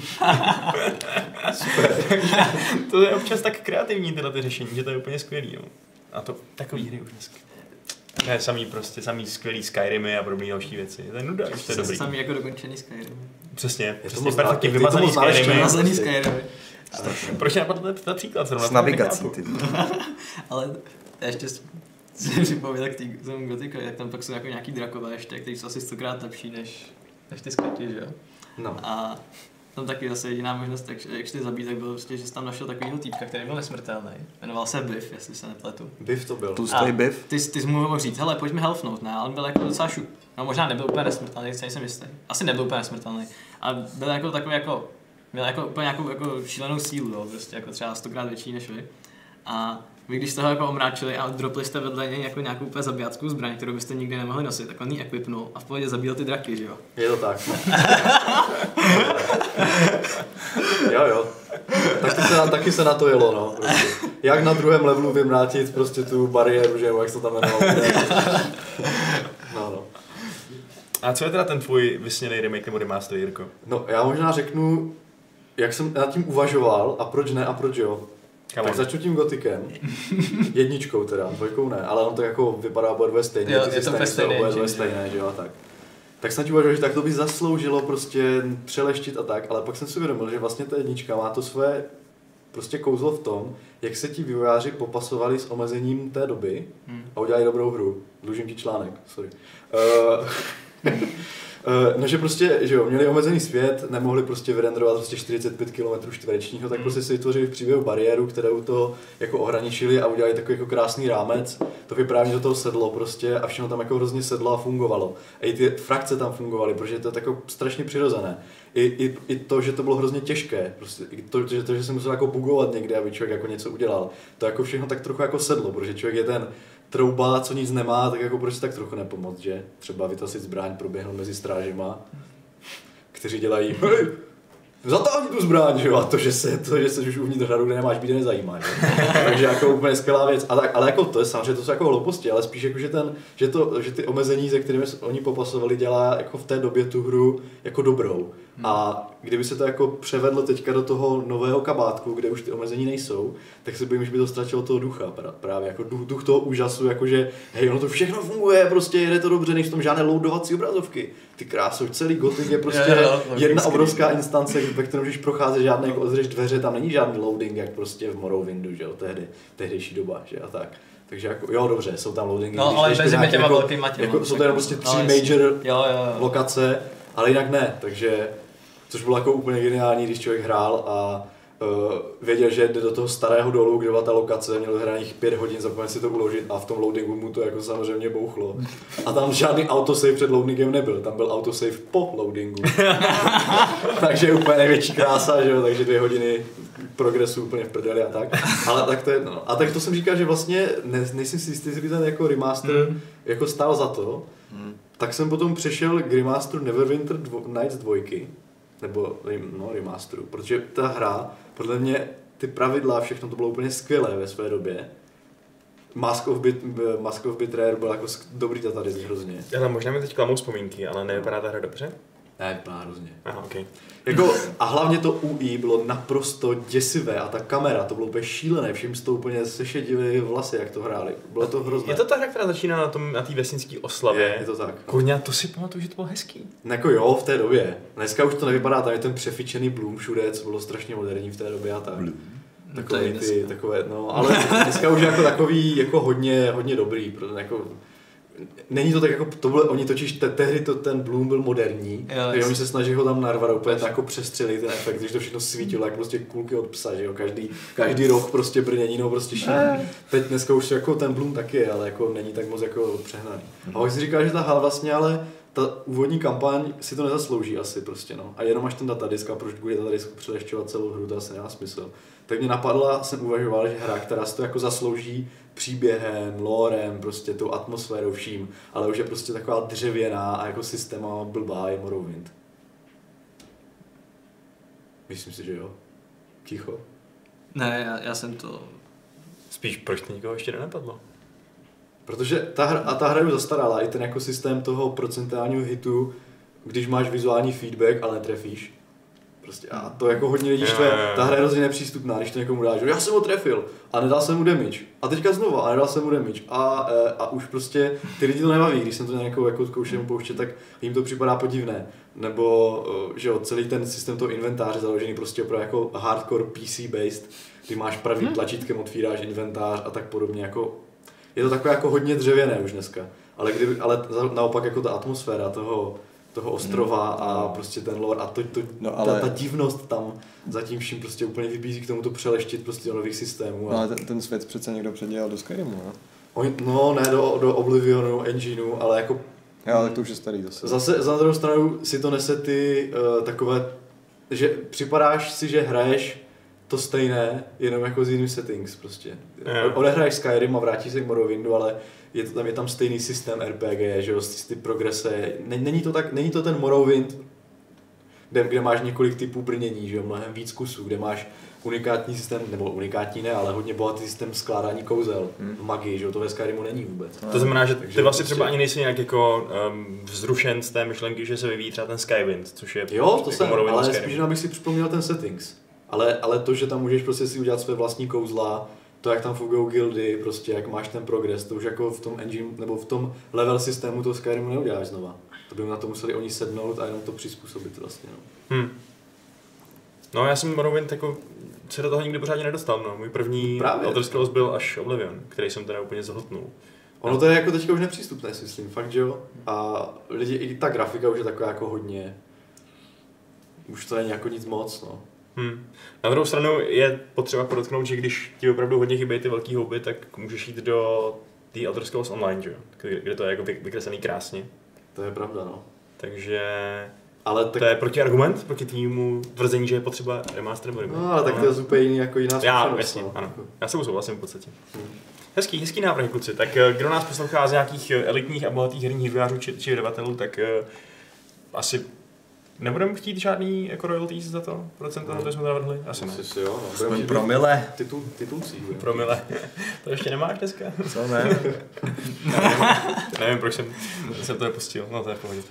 Super. To je občas tak kreativní tyhle ty řešení, že to je úplně skvělý. Jo. A to takový hry už dneska. Ne, samý skvělý Skyrimy a podobné další věci. To je nuda, už to je dobrý. Samý jako dokončený Skyrimy. Přesně perfektně vymazaný Skyrimy. Proč napadl ten příklad? S navigací, ty. Ale já ještě si připověděl k tomu Gothicovi, tak tam pak jsou jako nějaký drakové ještě, který jsou asi 100krát lepší než ty skvělí, že jo? No. A tam taky zase jediná možnost, jak ty zabít, tak bylo prostě, že jsi tam našel takovýho týpka, který byl nesmrtelný. Jmenoval se Biff, jestli se nepletu. Biff to byl. Tlustý Biff. Ty jsi mu mohl říct, hele, pojďme healthnout, ne? Ale on byl jako docela šup. No možná nebyl úplně nesmrtelný, jsem jistý. Asi nebyl úplně nesmrtelný. A byl jako takový jako měl jako úplně nějakou jako šílenou sílu, jo, prostě jako třeba 100krát větší než vy. A vy když jste ho jako omráčili a dropli jste vedle něj jako nějakou úplně zabijáckou zbraň, kterou byste nikdy nemohli nosit, tak on ji equipnul a v pohodě zabíjel ty draky, že jo? Je to tak. Jo. Taky se na to jelo, no. Prostě. Jak na druhém levelu vymrátit prostě tu bariéru, že jo, jak se tam jmenovalo. No. A co je teda ten tvůj vysněný remake nebo remaster, Jirko? No, já možná řeknu, jak jsem nad tím uvažoval a proč ne a proč jo. Tak začnu tím Gothikem. 1 teda, 2 ne, ale on to jako vypadá oba dvě stejně. Jo, je to ve stejné, stejné, že jo, tak. Tak jsem ti uvažoval, že tak to by zasloužilo prostě přeleštit a tak, ale pak jsem si uvědomil, že vlastně ta 1 má to své prostě kouzlo v tom, jak se ti vývojáři popasovali s omezením té doby a udělali dobrou hru. Dlužím ti článek, sorry. No, že prostě, že jo, měli omezený svět, nemohli prostě vyrenderovat prostě 45 km čtverečního, tak prostě si vytvořili v příběhu bariéru, kterou to jako ohraničili a udělali takový jako krásný rámec. To vypráví, že do toho sedlo prostě a všechno tam jako hrozně sedlo a fungovalo. A i ty frakce tam fungovaly, protože to je jako strašně přirozené. I to, že to bylo hrozně těžké, prostě i to, že se musel jako bugovat někde, aby člověk jako něco udělal. To jako všechno tak trochu jako sedlo, protože člověk je ten trouba, co nic nemá, tak jako prostě tak trochu nepomoct, že? Třeba vytasit zbraň, proběhnout mezi strážima, kteří dělají hej, zatáhni tu zbraň, že jo? A to, že se už uvnitř hradu, kde nemáš být, nezajímá, že? Takže jako úplně skvělá věc. Ale jako to je samozřejmě, to jsou jako hlouposti, ale spíš jako, že ty omezení, se kterými oni popasovali, dělá jako v té době tu hru jako dobrou. A kdyby se to jako převedlo teďka do toho nového kabátku, kde už ty omezení nejsou, tak si bojím, že by to ztratilo toho ducha, právě jako duch toho úžasu, jakože hej, ono to všechno funguje, prostě jede to dobře, nejsou tam žádné loadovací obrazovky. Ty krásou, celý Gothic je prostě jedna obrovská instance, ve které můžeš procházet, žádné, jako otevřeš dveře, tam není žádný loading, jak prostě v Morrowindu, že jo, tehdejší doba, že a tak. Takže jako, jo, dobře, jsou tam loadingy. No, ale mezi těma jako, velkýma těma. Jako, jsou to jenom prostě 3 major lokace, ale jinak ne, takže což bylo jako úplně geniální, když člověk hrál a věděl, že jde do toho starého dolu, kde byla ta lokace, měl hraných 5 hodin, zapomněl si to uložit a v tom loadingu mu to jako samozřejmě bouchlo. A tam žádný autosave před loadingem nebyl, tam byl autosave po loadingu. Takže úplně největší krása, že jo, takže 2 hodiny progresu úplně v prdeli a tak. Ale tak to je, no. A tak to jsem říkal, že vlastně nejsem si jistý, že by ten jako remaster jako stál za to. Tak jsem potom přešel k remasteru Neverwinter Nights 2. Nebo remasteru, protože ta hra, podle mě ty pravidla, všechno to bylo úplně skvělé ve své době. Mask of Betrayer byl jako dobrý datadisk hrozně. Ale možná mi teď klamou vzpomínky, ale nevypadá ta hra dobře? Ne, vypadá hrozně. Aha, okay. Jako, a hlavně to UI bylo naprosto děsivé a ta kamera, to bylo úplně šílené, všim z toho úplně sešedili vlasy, jak to hráli. Bylo to hrozné. Je to ta hra, která začíná na té vesnické oslavě? Je to tak. Kurňa, to si pamatuju, že to bylo hezký. Jako jo, v té době. Dneska už to nevypadá, tam je ten přefičený Bloom všude, co bylo strašně moderní v té době a tak. Ale dneska už je jako takový jako hodně dobrý, jako není to tak jako, to bylo, oni totiž tehdy ten Bloom byl moderní, takže oni se snaží ho tam narvat úplně tak jako přestřelit ten efekt, když to všechno svítilo, jak prostě kulky od psa, že jo, každý roh prostě brnění, no prostě šílený. Teď dneska už jako ten Bloom taky je, ale jako není tak moc jako přehnaný. A pak si říká, že ta hra vlastně, ale ta úvodní kampaň si to nezaslouží asi prostě, no. A jenom až ten datadisk, a proč kvůli datadisku přelešťovat celou hru, to asi nemá smysl. Tak mě napadla, jsem uvažoval, že hra, která si to jako zaslouží příběhem, lorem, prostě tou atmosférou vším, ale už je prostě taková dřevěná a jako systéma blbá je Morrowind. Myslím si, že jo. Ticho. Ne, já jsem to... Spíš proč to nikoho ještě nenapadlo? Protože ta hra už zastarala, i ten jako systém toho procentálního hitu, když máš vizuální feedback, ale netrefíš. Prostě a to jako hodně lidí štve, ta hra je hrozně nepřístupná, když to někomu dáš, že já jsem ho trefil a nedal jsem mu damage. A teďka znova a nedal jsem mu damage. A už prostě ty lidi to nebaví, když jsem to nějakou jako zkoušel pouštět, tak jim to připadá podivné. Nebo že jo, celý ten systém toho inventáře založený prostě opravdu jako hardcore PC based, kdy máš pravým tlačítkem otvíráš inventář a tak podobně jako je to takové jako hodně dřevěné už dneska. Ale naopak jako ta atmosféra toho ostrova a prostě ten lore a ta divnost tam zatím vším prostě úplně vybízí k tomu to přeleštit prostě do nových systémů. No ale ten svět přece někdo předělal do Skyrimu, ne? No ne do Oblivionu, engineu, ale jako... Jo, tak to už je starý zase. Zase za druhou stranu si to nese ty takové, že připadáš si, že hraješ to stejné, jenom jako z jiných settings prostě. Odehraješ Skyrim a vrátíš se k Morrowindu, ale je tam stejný systém RPG, že jo, ty progrese. Není to ten Morrowind, kde máš několik typů brnění, že jo, mnohem víc kusů, kde máš unikátní systém, nebo unikátní ne, ale hodně bohatý systém skládání kouzel, magii, že jo, to ve Skyrimu není vůbec. To znamená, že ty vlastně třeba ani nejsi nějak jako vzrušen z té myšlenky, že se vyvíjí třeba ten Skywind, což je... Jo, to jsem, ale spíš jenom bych si připomněl ten settings. Ale to, že tam můžeš prostě si udělat své vlastní kouzla, to, jak tam fungují guildy, prostě jak máš ten progres, to už jako v tom engine, nebo v tom level systému toho Skyrimu neuděláš znova. To by na to museli oni sednout a jenom to přizpůsobit vlastně, no. No já jsem Morrowind jako se do toho nikdy pořádně nedostal, no. Můj první Elder Scrolls byl až Oblivion, který jsem teda úplně zhltnul. Ono to je jako teďka už nepřístupné, si myslím, fakt, že jo? A lidi, i ta grafika už je taková jako hodně, už to není jako nic moc, no. Na druhou stranu je potřeba podotknout, že když ti opravdu hodně chybějí ty velký houby, tak můžeš jít do té Elder Scrolls Online, že jo? Kde to je jako vykreslený krásně. To je pravda, no. Takže... Ale tak... To je protiargument proti týmu tvrzení, že je potřeba remaster nebo remake. No, ale tak to je úplně jiná zkušenost. Jasně, ano. Já se souhlasím v podstatě. Hezký návrh, kluci. Tak kdo nás poslouchá z nějakých elitních a bohatých herních vývojářů či vydavatelů, tak asi nebudeme chtít žádný jako royalties za to procento, to jsme navrhli? Asi ne. Si jo, no. Promile. Titulcí. Promile. To ještě nemáš dneska? Co ne? Nevím, proč jsem to nepustil. No to je v pohodě.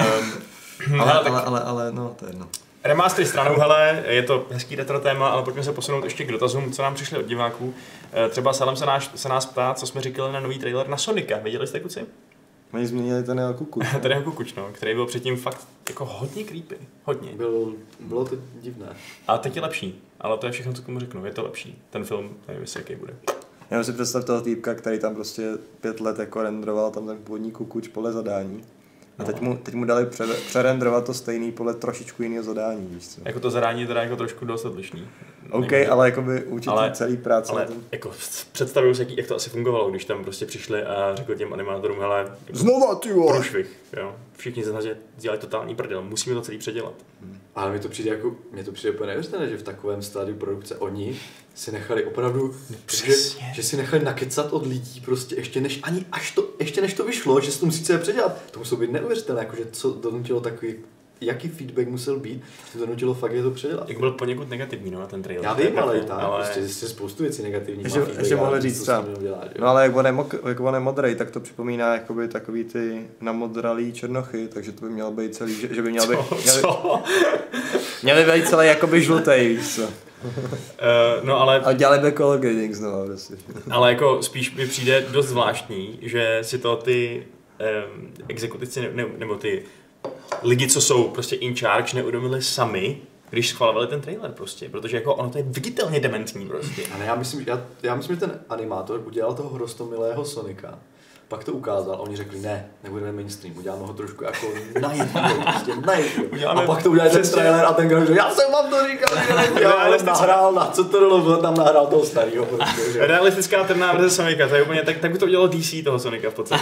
Ale no, to je jedno. Remastery stranou, hele, je to hezký retro téma, ale pojďme se posunout ještě k dotazům, co nám přišli od diváků. Třeba Salem se nás ptá, co jsme říkali na nový trailer na Sonika. Viděli jste, kluci? Oni změnili ten jeho kukuč. Ten jeho kukuč, no, který byl předtím fakt jako hodně creepy. Hodně. Bylo to divné. A teď je lepší, ale to je všechno, co komu řeknu. Je to lepší. Ten film, nevím, jestli jaký bude. Já si představ toho týpka, který tam prostě 5 let jako renderoval tam ten původní kukuč podle zadání. A teď mu dali přerendrovat to stejný podle trošičku jiného zadání, víš co? Jako to zadání je teda jako trošku dost odlišný. OK, ale jakoby určitě celý práce. Ale jako představuju si, jak to asi fungovalo, když tam prostě přišli a řekli těm animátorům, hele, jako znova ty vole! Průšvih, jo. Všichni se snaží dělat totální prdel, musíme to celý předělat. Ale mně to přijde úplně neuvěřitelné, že v takovém stádiu produkce oni si nechali opravdu, že si nechali nakecat od lidí prostě ještě než to vyšlo, že se to musí celé předělat. To muselo být neuvěřitelné, jakože co donutilo takový, jaký feedback musel být, to donutilo fakt je to předělat. Jak byl poněkud negativní, no, ten trailer. Já vím, ale prostě spoustu věcí negativních. Ještě mohli říct třeba, no ale jak on je modrý, tak to připomíná jakoby takový ty namodralý černochy, takže to by mělo být celý, že by měl být, měli být celý jakoby žlutej, víš co. No ale... A dělali by color grading znovu, prostě. Ale jako spíš mi přijde dost zvláštní, že si to ty exekutici nebo ty lidi, co jsou prostě in charge, neuvědomili sami, když schvalovali ten trailer prostě, protože jako ono to je viditelně dementní prostě. Ale já myslím, že ten animátor udělal toho hrostomilého Sonika, pak to ukázal a oni řekli, ne, nebudeme mainstream, uděláme ho trošku jako najednou. A pak to udělali ten trailer a ten kdo řekl, já jsem vám to říkal, že já nahrál na CTRL, tam nahrál toho starého. Prostě, realistická alterná verze Sonika, to je úplně, tak by to udělalo DC toho Sonika v podstatě.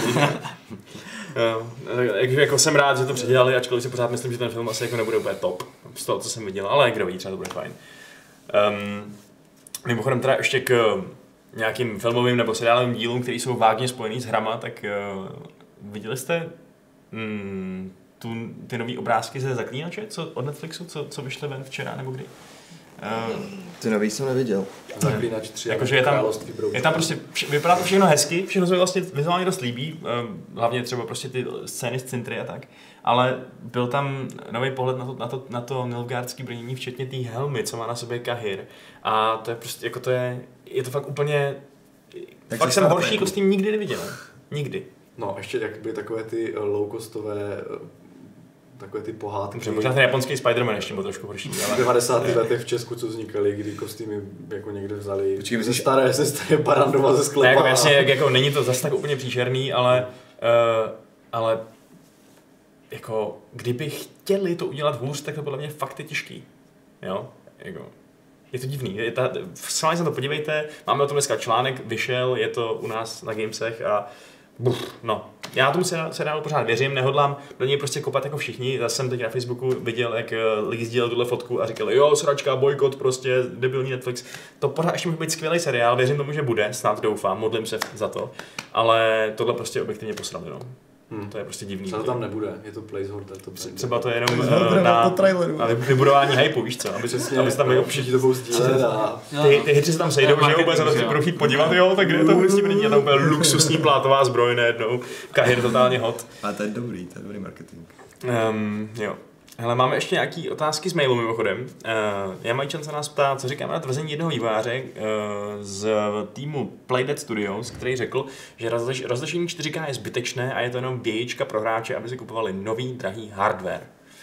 Takže jako jsem rád, že to předělali, ačkoliv si pořád myslím, že ten film asi jako nebude úplně top z toho, co jsem viděl, ale kdo ví, třeba to bude fajn. Mimochodem teda ještě k nějakým filmovým nebo seriálovým dílům, které jsou vágně spojený s hrama, tak viděli jste ty nový obrázky ze Zaklínače od Netflixu, co vyšly ven včera nebo kdy? Ty nový jsem neviděl. Zaklínač 3. Jakože je tam prostě, vypadá to všechno hezky, všechno se mi vlastně vizuálně dost líbí, hlavně třeba prostě ty scény z Cintry a tak, ale byl tam nový pohled na to nilfgaardský brnění, včetně té helmy, co má na sobě Cahir. A to je prostě, jako je to fakt úplně, tak fakt jsem horší kostým nikdy neviděl. Nikdy. No, ještě jak byly takové ty low-costové takové ty pohádky. Možná ten japonský Spider-Man ještě byl trošku horší. Ale... V 90. letech v Česku, co vznikaly, kdy kostýmy jako někde vzali ze staré Barandova ze sklepa. Jako jasně, jako není to zase tak úplně příšerný, ale jako kdyby chtěli to udělat hůř, tak to podle mě fakt je těžký. Jo? Jako, je to divný. Sami se to podívejte, máme o tom dneska článek, vyšel, je to u nás na Gamesech a no, Já tomu se dál pořád věřím, nehodlám do něj prostě kopat jako všichni. Já jsem teď na Facebooku viděl, jak lidi sdíleli tuhle fotku a říkali, jo, sračka, bojkot, prostě debilní Netflix. To pořád ještě může být skvělý seriál, věřím tomu, že bude, snad doufám, modlím se za to, ale tohle prostě objektivně posrali, no. To je prostě divný. Co to tam nebude, je to placeholder. Třeba to je jenom na vybudování hypeu, víš co, aby se tam jako všichni to budou sdílet a... Ty hři se tam sejdou, že jo, bude se budou chtít podívat, jo, tak kde je to vystříbrnění, je tam úplně luxusní plátová zbroj najednou, Kahir totálně hot. A to je dobrý marketing. Jo. Hele, máme ještě nějaký otázky z mailu mimochodem. Jamajčan se nás ptá, co říkáme na tvrzení jednoho vývojáře z týmu Playdead Studios, který řekl, že rozlišení 4K je zbytečné a je to jenom vějička pro hráče, aby si kupovali nový, drahý hardware.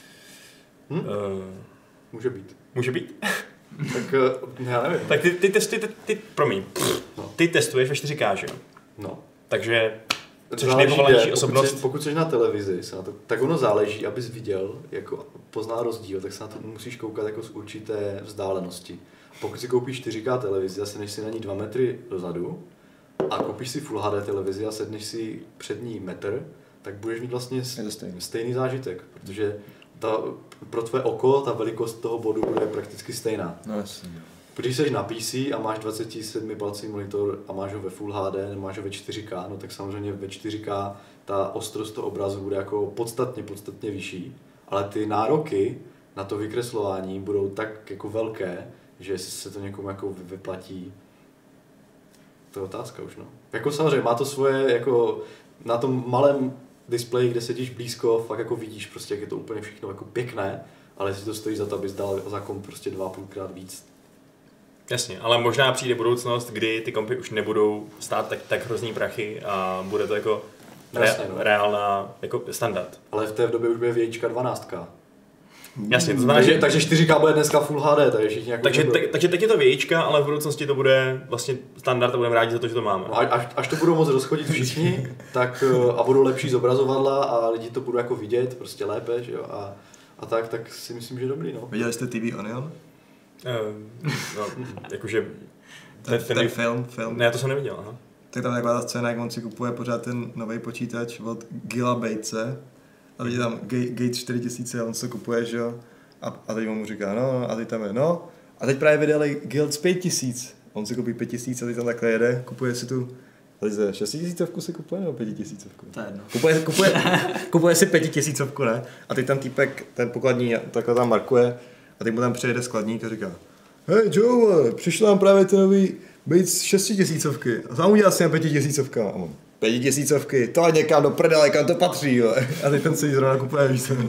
Může být. Může být? Tak já nevím. Tak ty testuješ ve 4K, že jo? No. Takže což nejpovolanější osobnost. Pokud jsi na televizi, tak ono záleží, abys viděl, jako poznal rozdíl, tak se na to musíš koukat jako z určité vzdálenosti. Pokud si koupíš 4K televizi a sedneš si na ní 2 metry dozadu a koupíš si Full HD televizi a sedneš si před ní metr, tak budeš mít vlastně stejný zážitek, protože pro tvé oko ta velikost toho bodu bude prakticky stejná. No jasně. Když jsi na PC a máš 27 palcový monitor a máš ho ve Full HD, nemáš ho ve 4K, no tak samozřejmě ve 4K ta ostrost toho obrazu bude jako podstatně vyšší, ale ty nároky na to vykreslování budou tak jako velké, že se to někomu jako vyplatí. To je otázka už, no. Jako samozřejmě má to svoje, jako na tom malém displeji, kde sedíš blízko, fakt jako vidíš prostě, jak je to úplně všechno jako pěkné, ale jestli to stojí za to, abys dal za komp prostě 2,5krát víc. Jasně, ale možná přijde budoucnost, kdy ty kompy už nebudou stát tak hrozný prachy a bude to jako reálná jako standard. Ale v té době už bude vějíčka 12K. Jasně, to znamená, že... Takže 4K bude dneska Full HD, takže všichni jako... Takže teď je to vějíčka, ale v budoucnosti to bude vlastně standard a budeme rádi za to, že to máme. No, až to budou moc rozchodit všichni, tak a budou lepší zobrazovadla a lidi to budou jako vidět prostě lépe, že jo, a tak si myslím, že dobrý, no. Viděli jste TV Onion? No, jakože... Ten film? Ne, to jsem neviděl, aha. Tak tam je taková ta scéna, jak on si kupuje pořád ten nový počítač od Gila Batese. A teď je tam Gates 4000 a on se kupuje, že jo? A teď on mu říká, no, a teď tam je, no. A teď právě vydali Guild 5000. On si koupí 5000 a teď tam takhle jede, kupuje si tu... Teď se 6000 si kupuje nebo 5000? To je jedno. Kupuje si 5000, ne? A teď ten týpek, ten pokladní, takhle tam markuje a teď mu tam přijede skladník a říká, hej Joe, přišel nám právě ten nový Bates 6000 a sám udělal si na 5000 a on, 5000, to ať někam do prdele, kam to patří, jo. A teď ten se jí zrovna kupuje, víš co.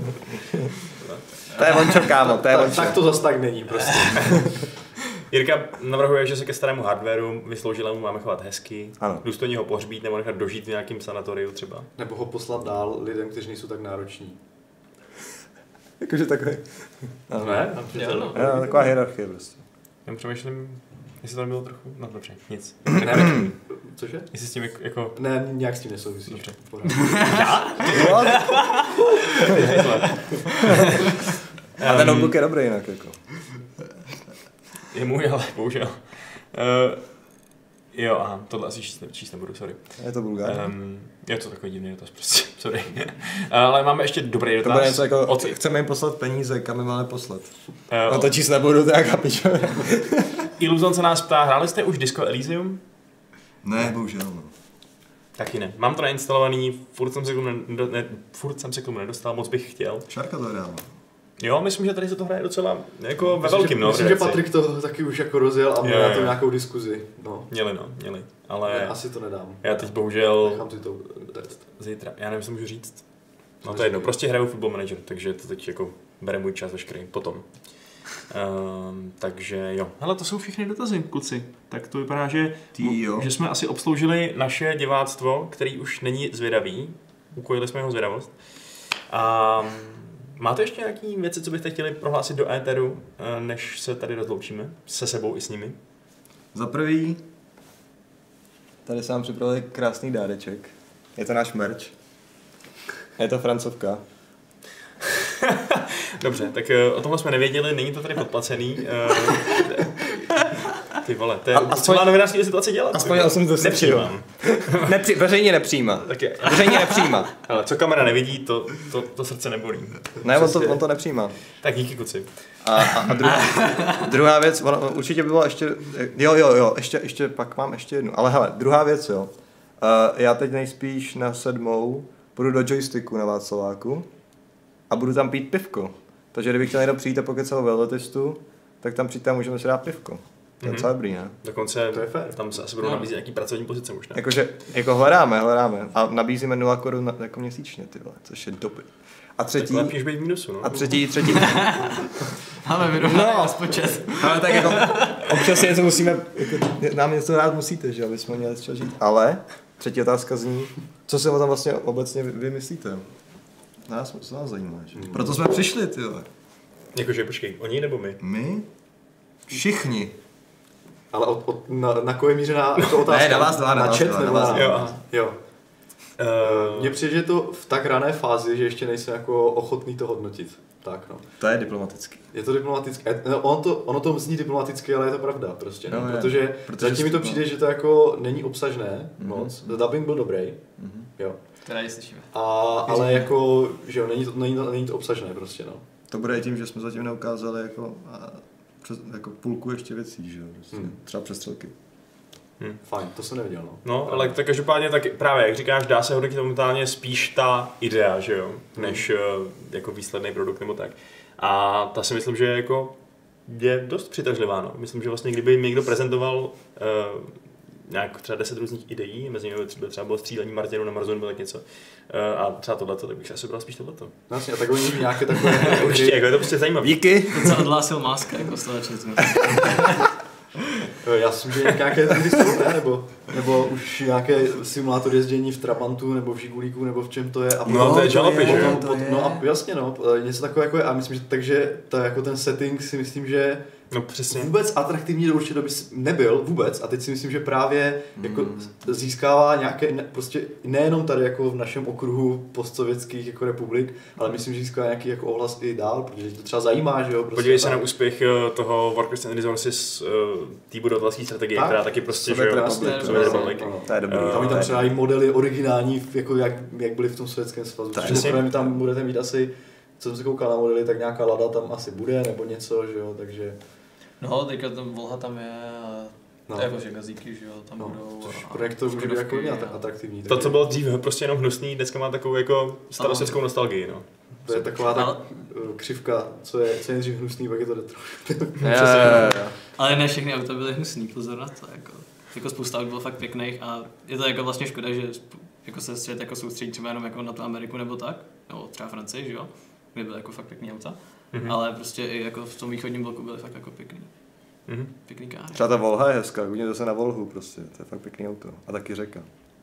To je vončo, kámo, to je vončo. Tak to zas tak není prostě. Jirka navrhuje, že se ke starému hardwareu vysloužilému máme chovat hezky, důstojně ho pohřbít nebo nechat dožít v nějakým sanatoriu třeba. Nebo ho poslat dál lidem, kteří nejsou tak nároční. Jakože takový. Ne? Jo, taková hierarchie prostě. Já přemýšlím, jestli to nebylo trochu, no dobře, nic. Ne, cože? Jestli s tím jako... Ne, nějak s tím nesouvisíš. Dobře. Já? A ten notebook je dobrý jinak jako. Je můj, ale bohužel. Jo, aha, tohle asi číst nebudu, sorry. Je to bulgár. Je to takový divný dotaz, prostě, sorry. Ale máme ještě dobrý dotaz. To bude něco jako, chceme jim poslat peníze, kam jim máme poslat. No to číst nebudu, to jak kapičo. Iluzon se nás ptá, hráli jste už Disco Elysium? Ne, bohužel, no. Taky ne. Mám to nainstalovaný, furt jsem se k tomu nedostal, moc bych chtěl. Šárka to hrál. Jo, myslím, že tady se to hraje docela jako ve velkým, no. Myslím, že Patrik to taky už jako rozjel a měl na to nějakou diskuzi. No. Měli. Ale ne, asi to nedám. Já teď bohužel... Nechám si to zítra, já nevím, co můžu říct. No to je jedno, prostě hraju Football Manager, takže to teď jako bere můj čas veškerý potom. Takže jo. Hele, to jsou všechny dotazy, kluci. Tak to vypadá, že jsme asi obsloužili naše diváctvo, který už není zvědavý. Ukojili jsme jeho zvědavost. Máte ještě nějaké věci, co byste chtěli prohlásit do éteru, než se tady rozloučíme? Se sebou i s nimi? Za prvý, tady jsem připravil krásný dáreček. Je to náš merch. Je to francovka. Dobře, tak o tomhle jsme nevěděli, není to tady podplacený. Ty vole, to je co má novinářský situace dělat? Aspoň já jsem to nepřijímám. Veřejně nepřijímá. Veřejně nepřijímá. Ale co kamera nevidí, to srdce nebolí. Ne, on to nepřijímá. Tak díky kuci. A druhá věc, určitě by byla ještě, jo, ještě, pak mám ještě jednu, ale hele, druhá věc, jo. Já teď nejspíš na 7. půjdu do Joysticku na Václaváku a budu tam pít pivko. Takže kdybych chtěl někdo přijít a pokecat o velletestu, tak tam přijít a můžeme si dát pivko. To je docela dobrý, ne? Dokonce to je fair. Tam se asi budou nabízet nějaký pracovní pozice možná. Jakože, hledáme. A nabízíme 0 korun jako měsíčně, ty vole, což je doby. A třetí... Tak lepší, být v minusu, no. A třetí... Máme vyrovnaný rozpočet. Ale tak jako občas něco musíme, jako, nám něco rád musíte, že aby jsme měli z čeho žít. Ale třetí otázka zní, co si o tom vlastně obecně vy myslíte? Nás zajímá, že? Proto jsme přišli, ty vole. Jakože, počkej, oni nebo my? My? Všichni. Ale na koho míře na to otázka? Ne, na vás dva, na chat nebo jo. Jo. Mně přijde, že je to v tak rané fázi, že ještě nejsem jako ochotný to hodnotit. Tak no. To je diplomatický. Je to diplomatické. Ono to zní diplomaticky, ale je to pravda prostě. No, protože zatím mi to přijde, že to jako není obsažné moc. Dubbing byl dobrý. Jo. Teda ji slyšíme. Ale jako, že jo, není to obsažné prostě, no. To bude tím, že jsme zatím neukázali jako půlku ještě věcí, že jo. Prostě. Třeba přestřelky. Fajn, to jsem neviděl, no. No, ale tak každopádně tak právě, jak říkáš, dá se hodnotit momentálně spíš ta idea, že jo, než jako výsledný produkt nebo tak. A ta si myslím, že jako je dost přitažlivá, no. Myslím, že vlastně kdyby někdo prezentoval nějak třeba 10 různých ideí, mezi nimi třeba bylo střílení Martinu na Marsu nebo tak něco, a třeba tohleto, tak bych asi bral spíš tohleto. Vlastně, a tak oni nějaké takové... Určitě, jako je to prostě zajímavé. Díky. To se odhlásil Máska, jako z toho četu. Já si myslím, že nějaké hry jsou, ne? Nebo už nějaké simulátor jezdění v Trabantu, nebo v Žigulíku, nebo v čem to je. A no, to je Jalopy, že? No a jasně, no, něco takové jako je. A myslím, že takže jako ten setting si myslím, že no, přesně. Vůbec atraktivní do určité doby nebyl vůbec a teď si myslím, že právě jako získává nějaké, prostě nejenom tady jako v našem okruhu postsovětských jako republik, ale myslím, že získává nějaký jako ohlas i dál, protože to třeba zajímá, že jo. Prostě podívej se na úspěch toho Warcraft and Resources, té budovatelské strategie, která taky prostě, že jo. To je dobrý. Tam tam třeba i modely originální, jako jak byly v tom Sovětském svazu. Protože tam budete mít asi, co jsem se koukal na modely, tak nějaká Lada tam asi bude nebo něco, že jo, takže... No, teďka tam Volha tam je a jakože gazíky, že jo, tam budou. Projekt může být jako atraktivní. To, co bylo dřív prostě jenom hnusný, dneska má takovou jako starosvětskou nostalgii, no. To je taková ta křivka, co je nejdřív hnusný, pak je to retro. Ale ne všechny auta byly hnusný, pozor na to, jako spousta aut bylo fakt pěkných a je to jako vlastně škoda, že jako se svět jako soustředí třeba jenom jako na tu Ameriku nebo tak, nebo třeba Francii, že jo, kde byly jako fakt pěkný auta. Ale prostě i jako v tom východním bloku byly fakt jako pěkný. Pěkný káry. Třeba ta Volha je hezká, vidíte se na Volhu prostě, to je fakt pěkný auto. A taky řeka.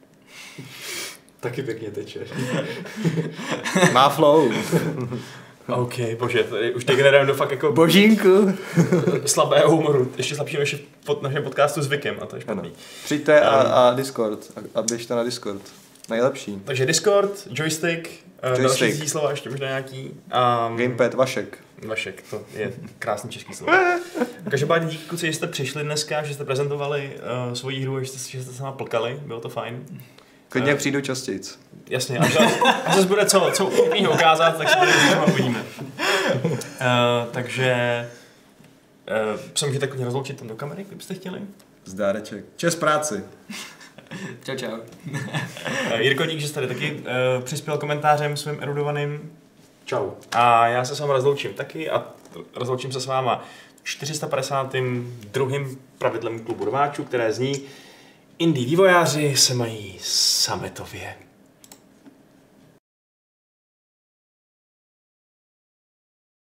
Taky pěkně teče. Má flow. OK, bože, tady už degenerujeme do fakt jako... Božínku. Slabého humoru, ještě slabší než pod našem podcastu s Vikem a to je špatný. Přijďte a Discord, a běžte na Discord. Nejlepší. Takže Discord, joystick. Další slova ještě možná nějaký. Gamepad, Vašek. Vašek, to je krásný český slovo. Každopádně díky kluci, že jste přišli dneska, že jste prezentovali svoji hru, že jste se sama plkali, bylo to fajn. Klidně přijdu častějc. Jasně, a zase bude co umího ukázat, tak se tady třeba uvidíme. Takže se můžete klidně rozloučit tam do kamery, kdybyste chtěli. Zdáreček. Čes práci. Čau. Jirko, dík, že jste tady taky přispěl komentářem svým erudovaným. Čau. A já se s váma rozloučím taky a rozloučím se s váma 452. pravidlem klubu rváčů, které zní: indie vývojáři se mají sametově.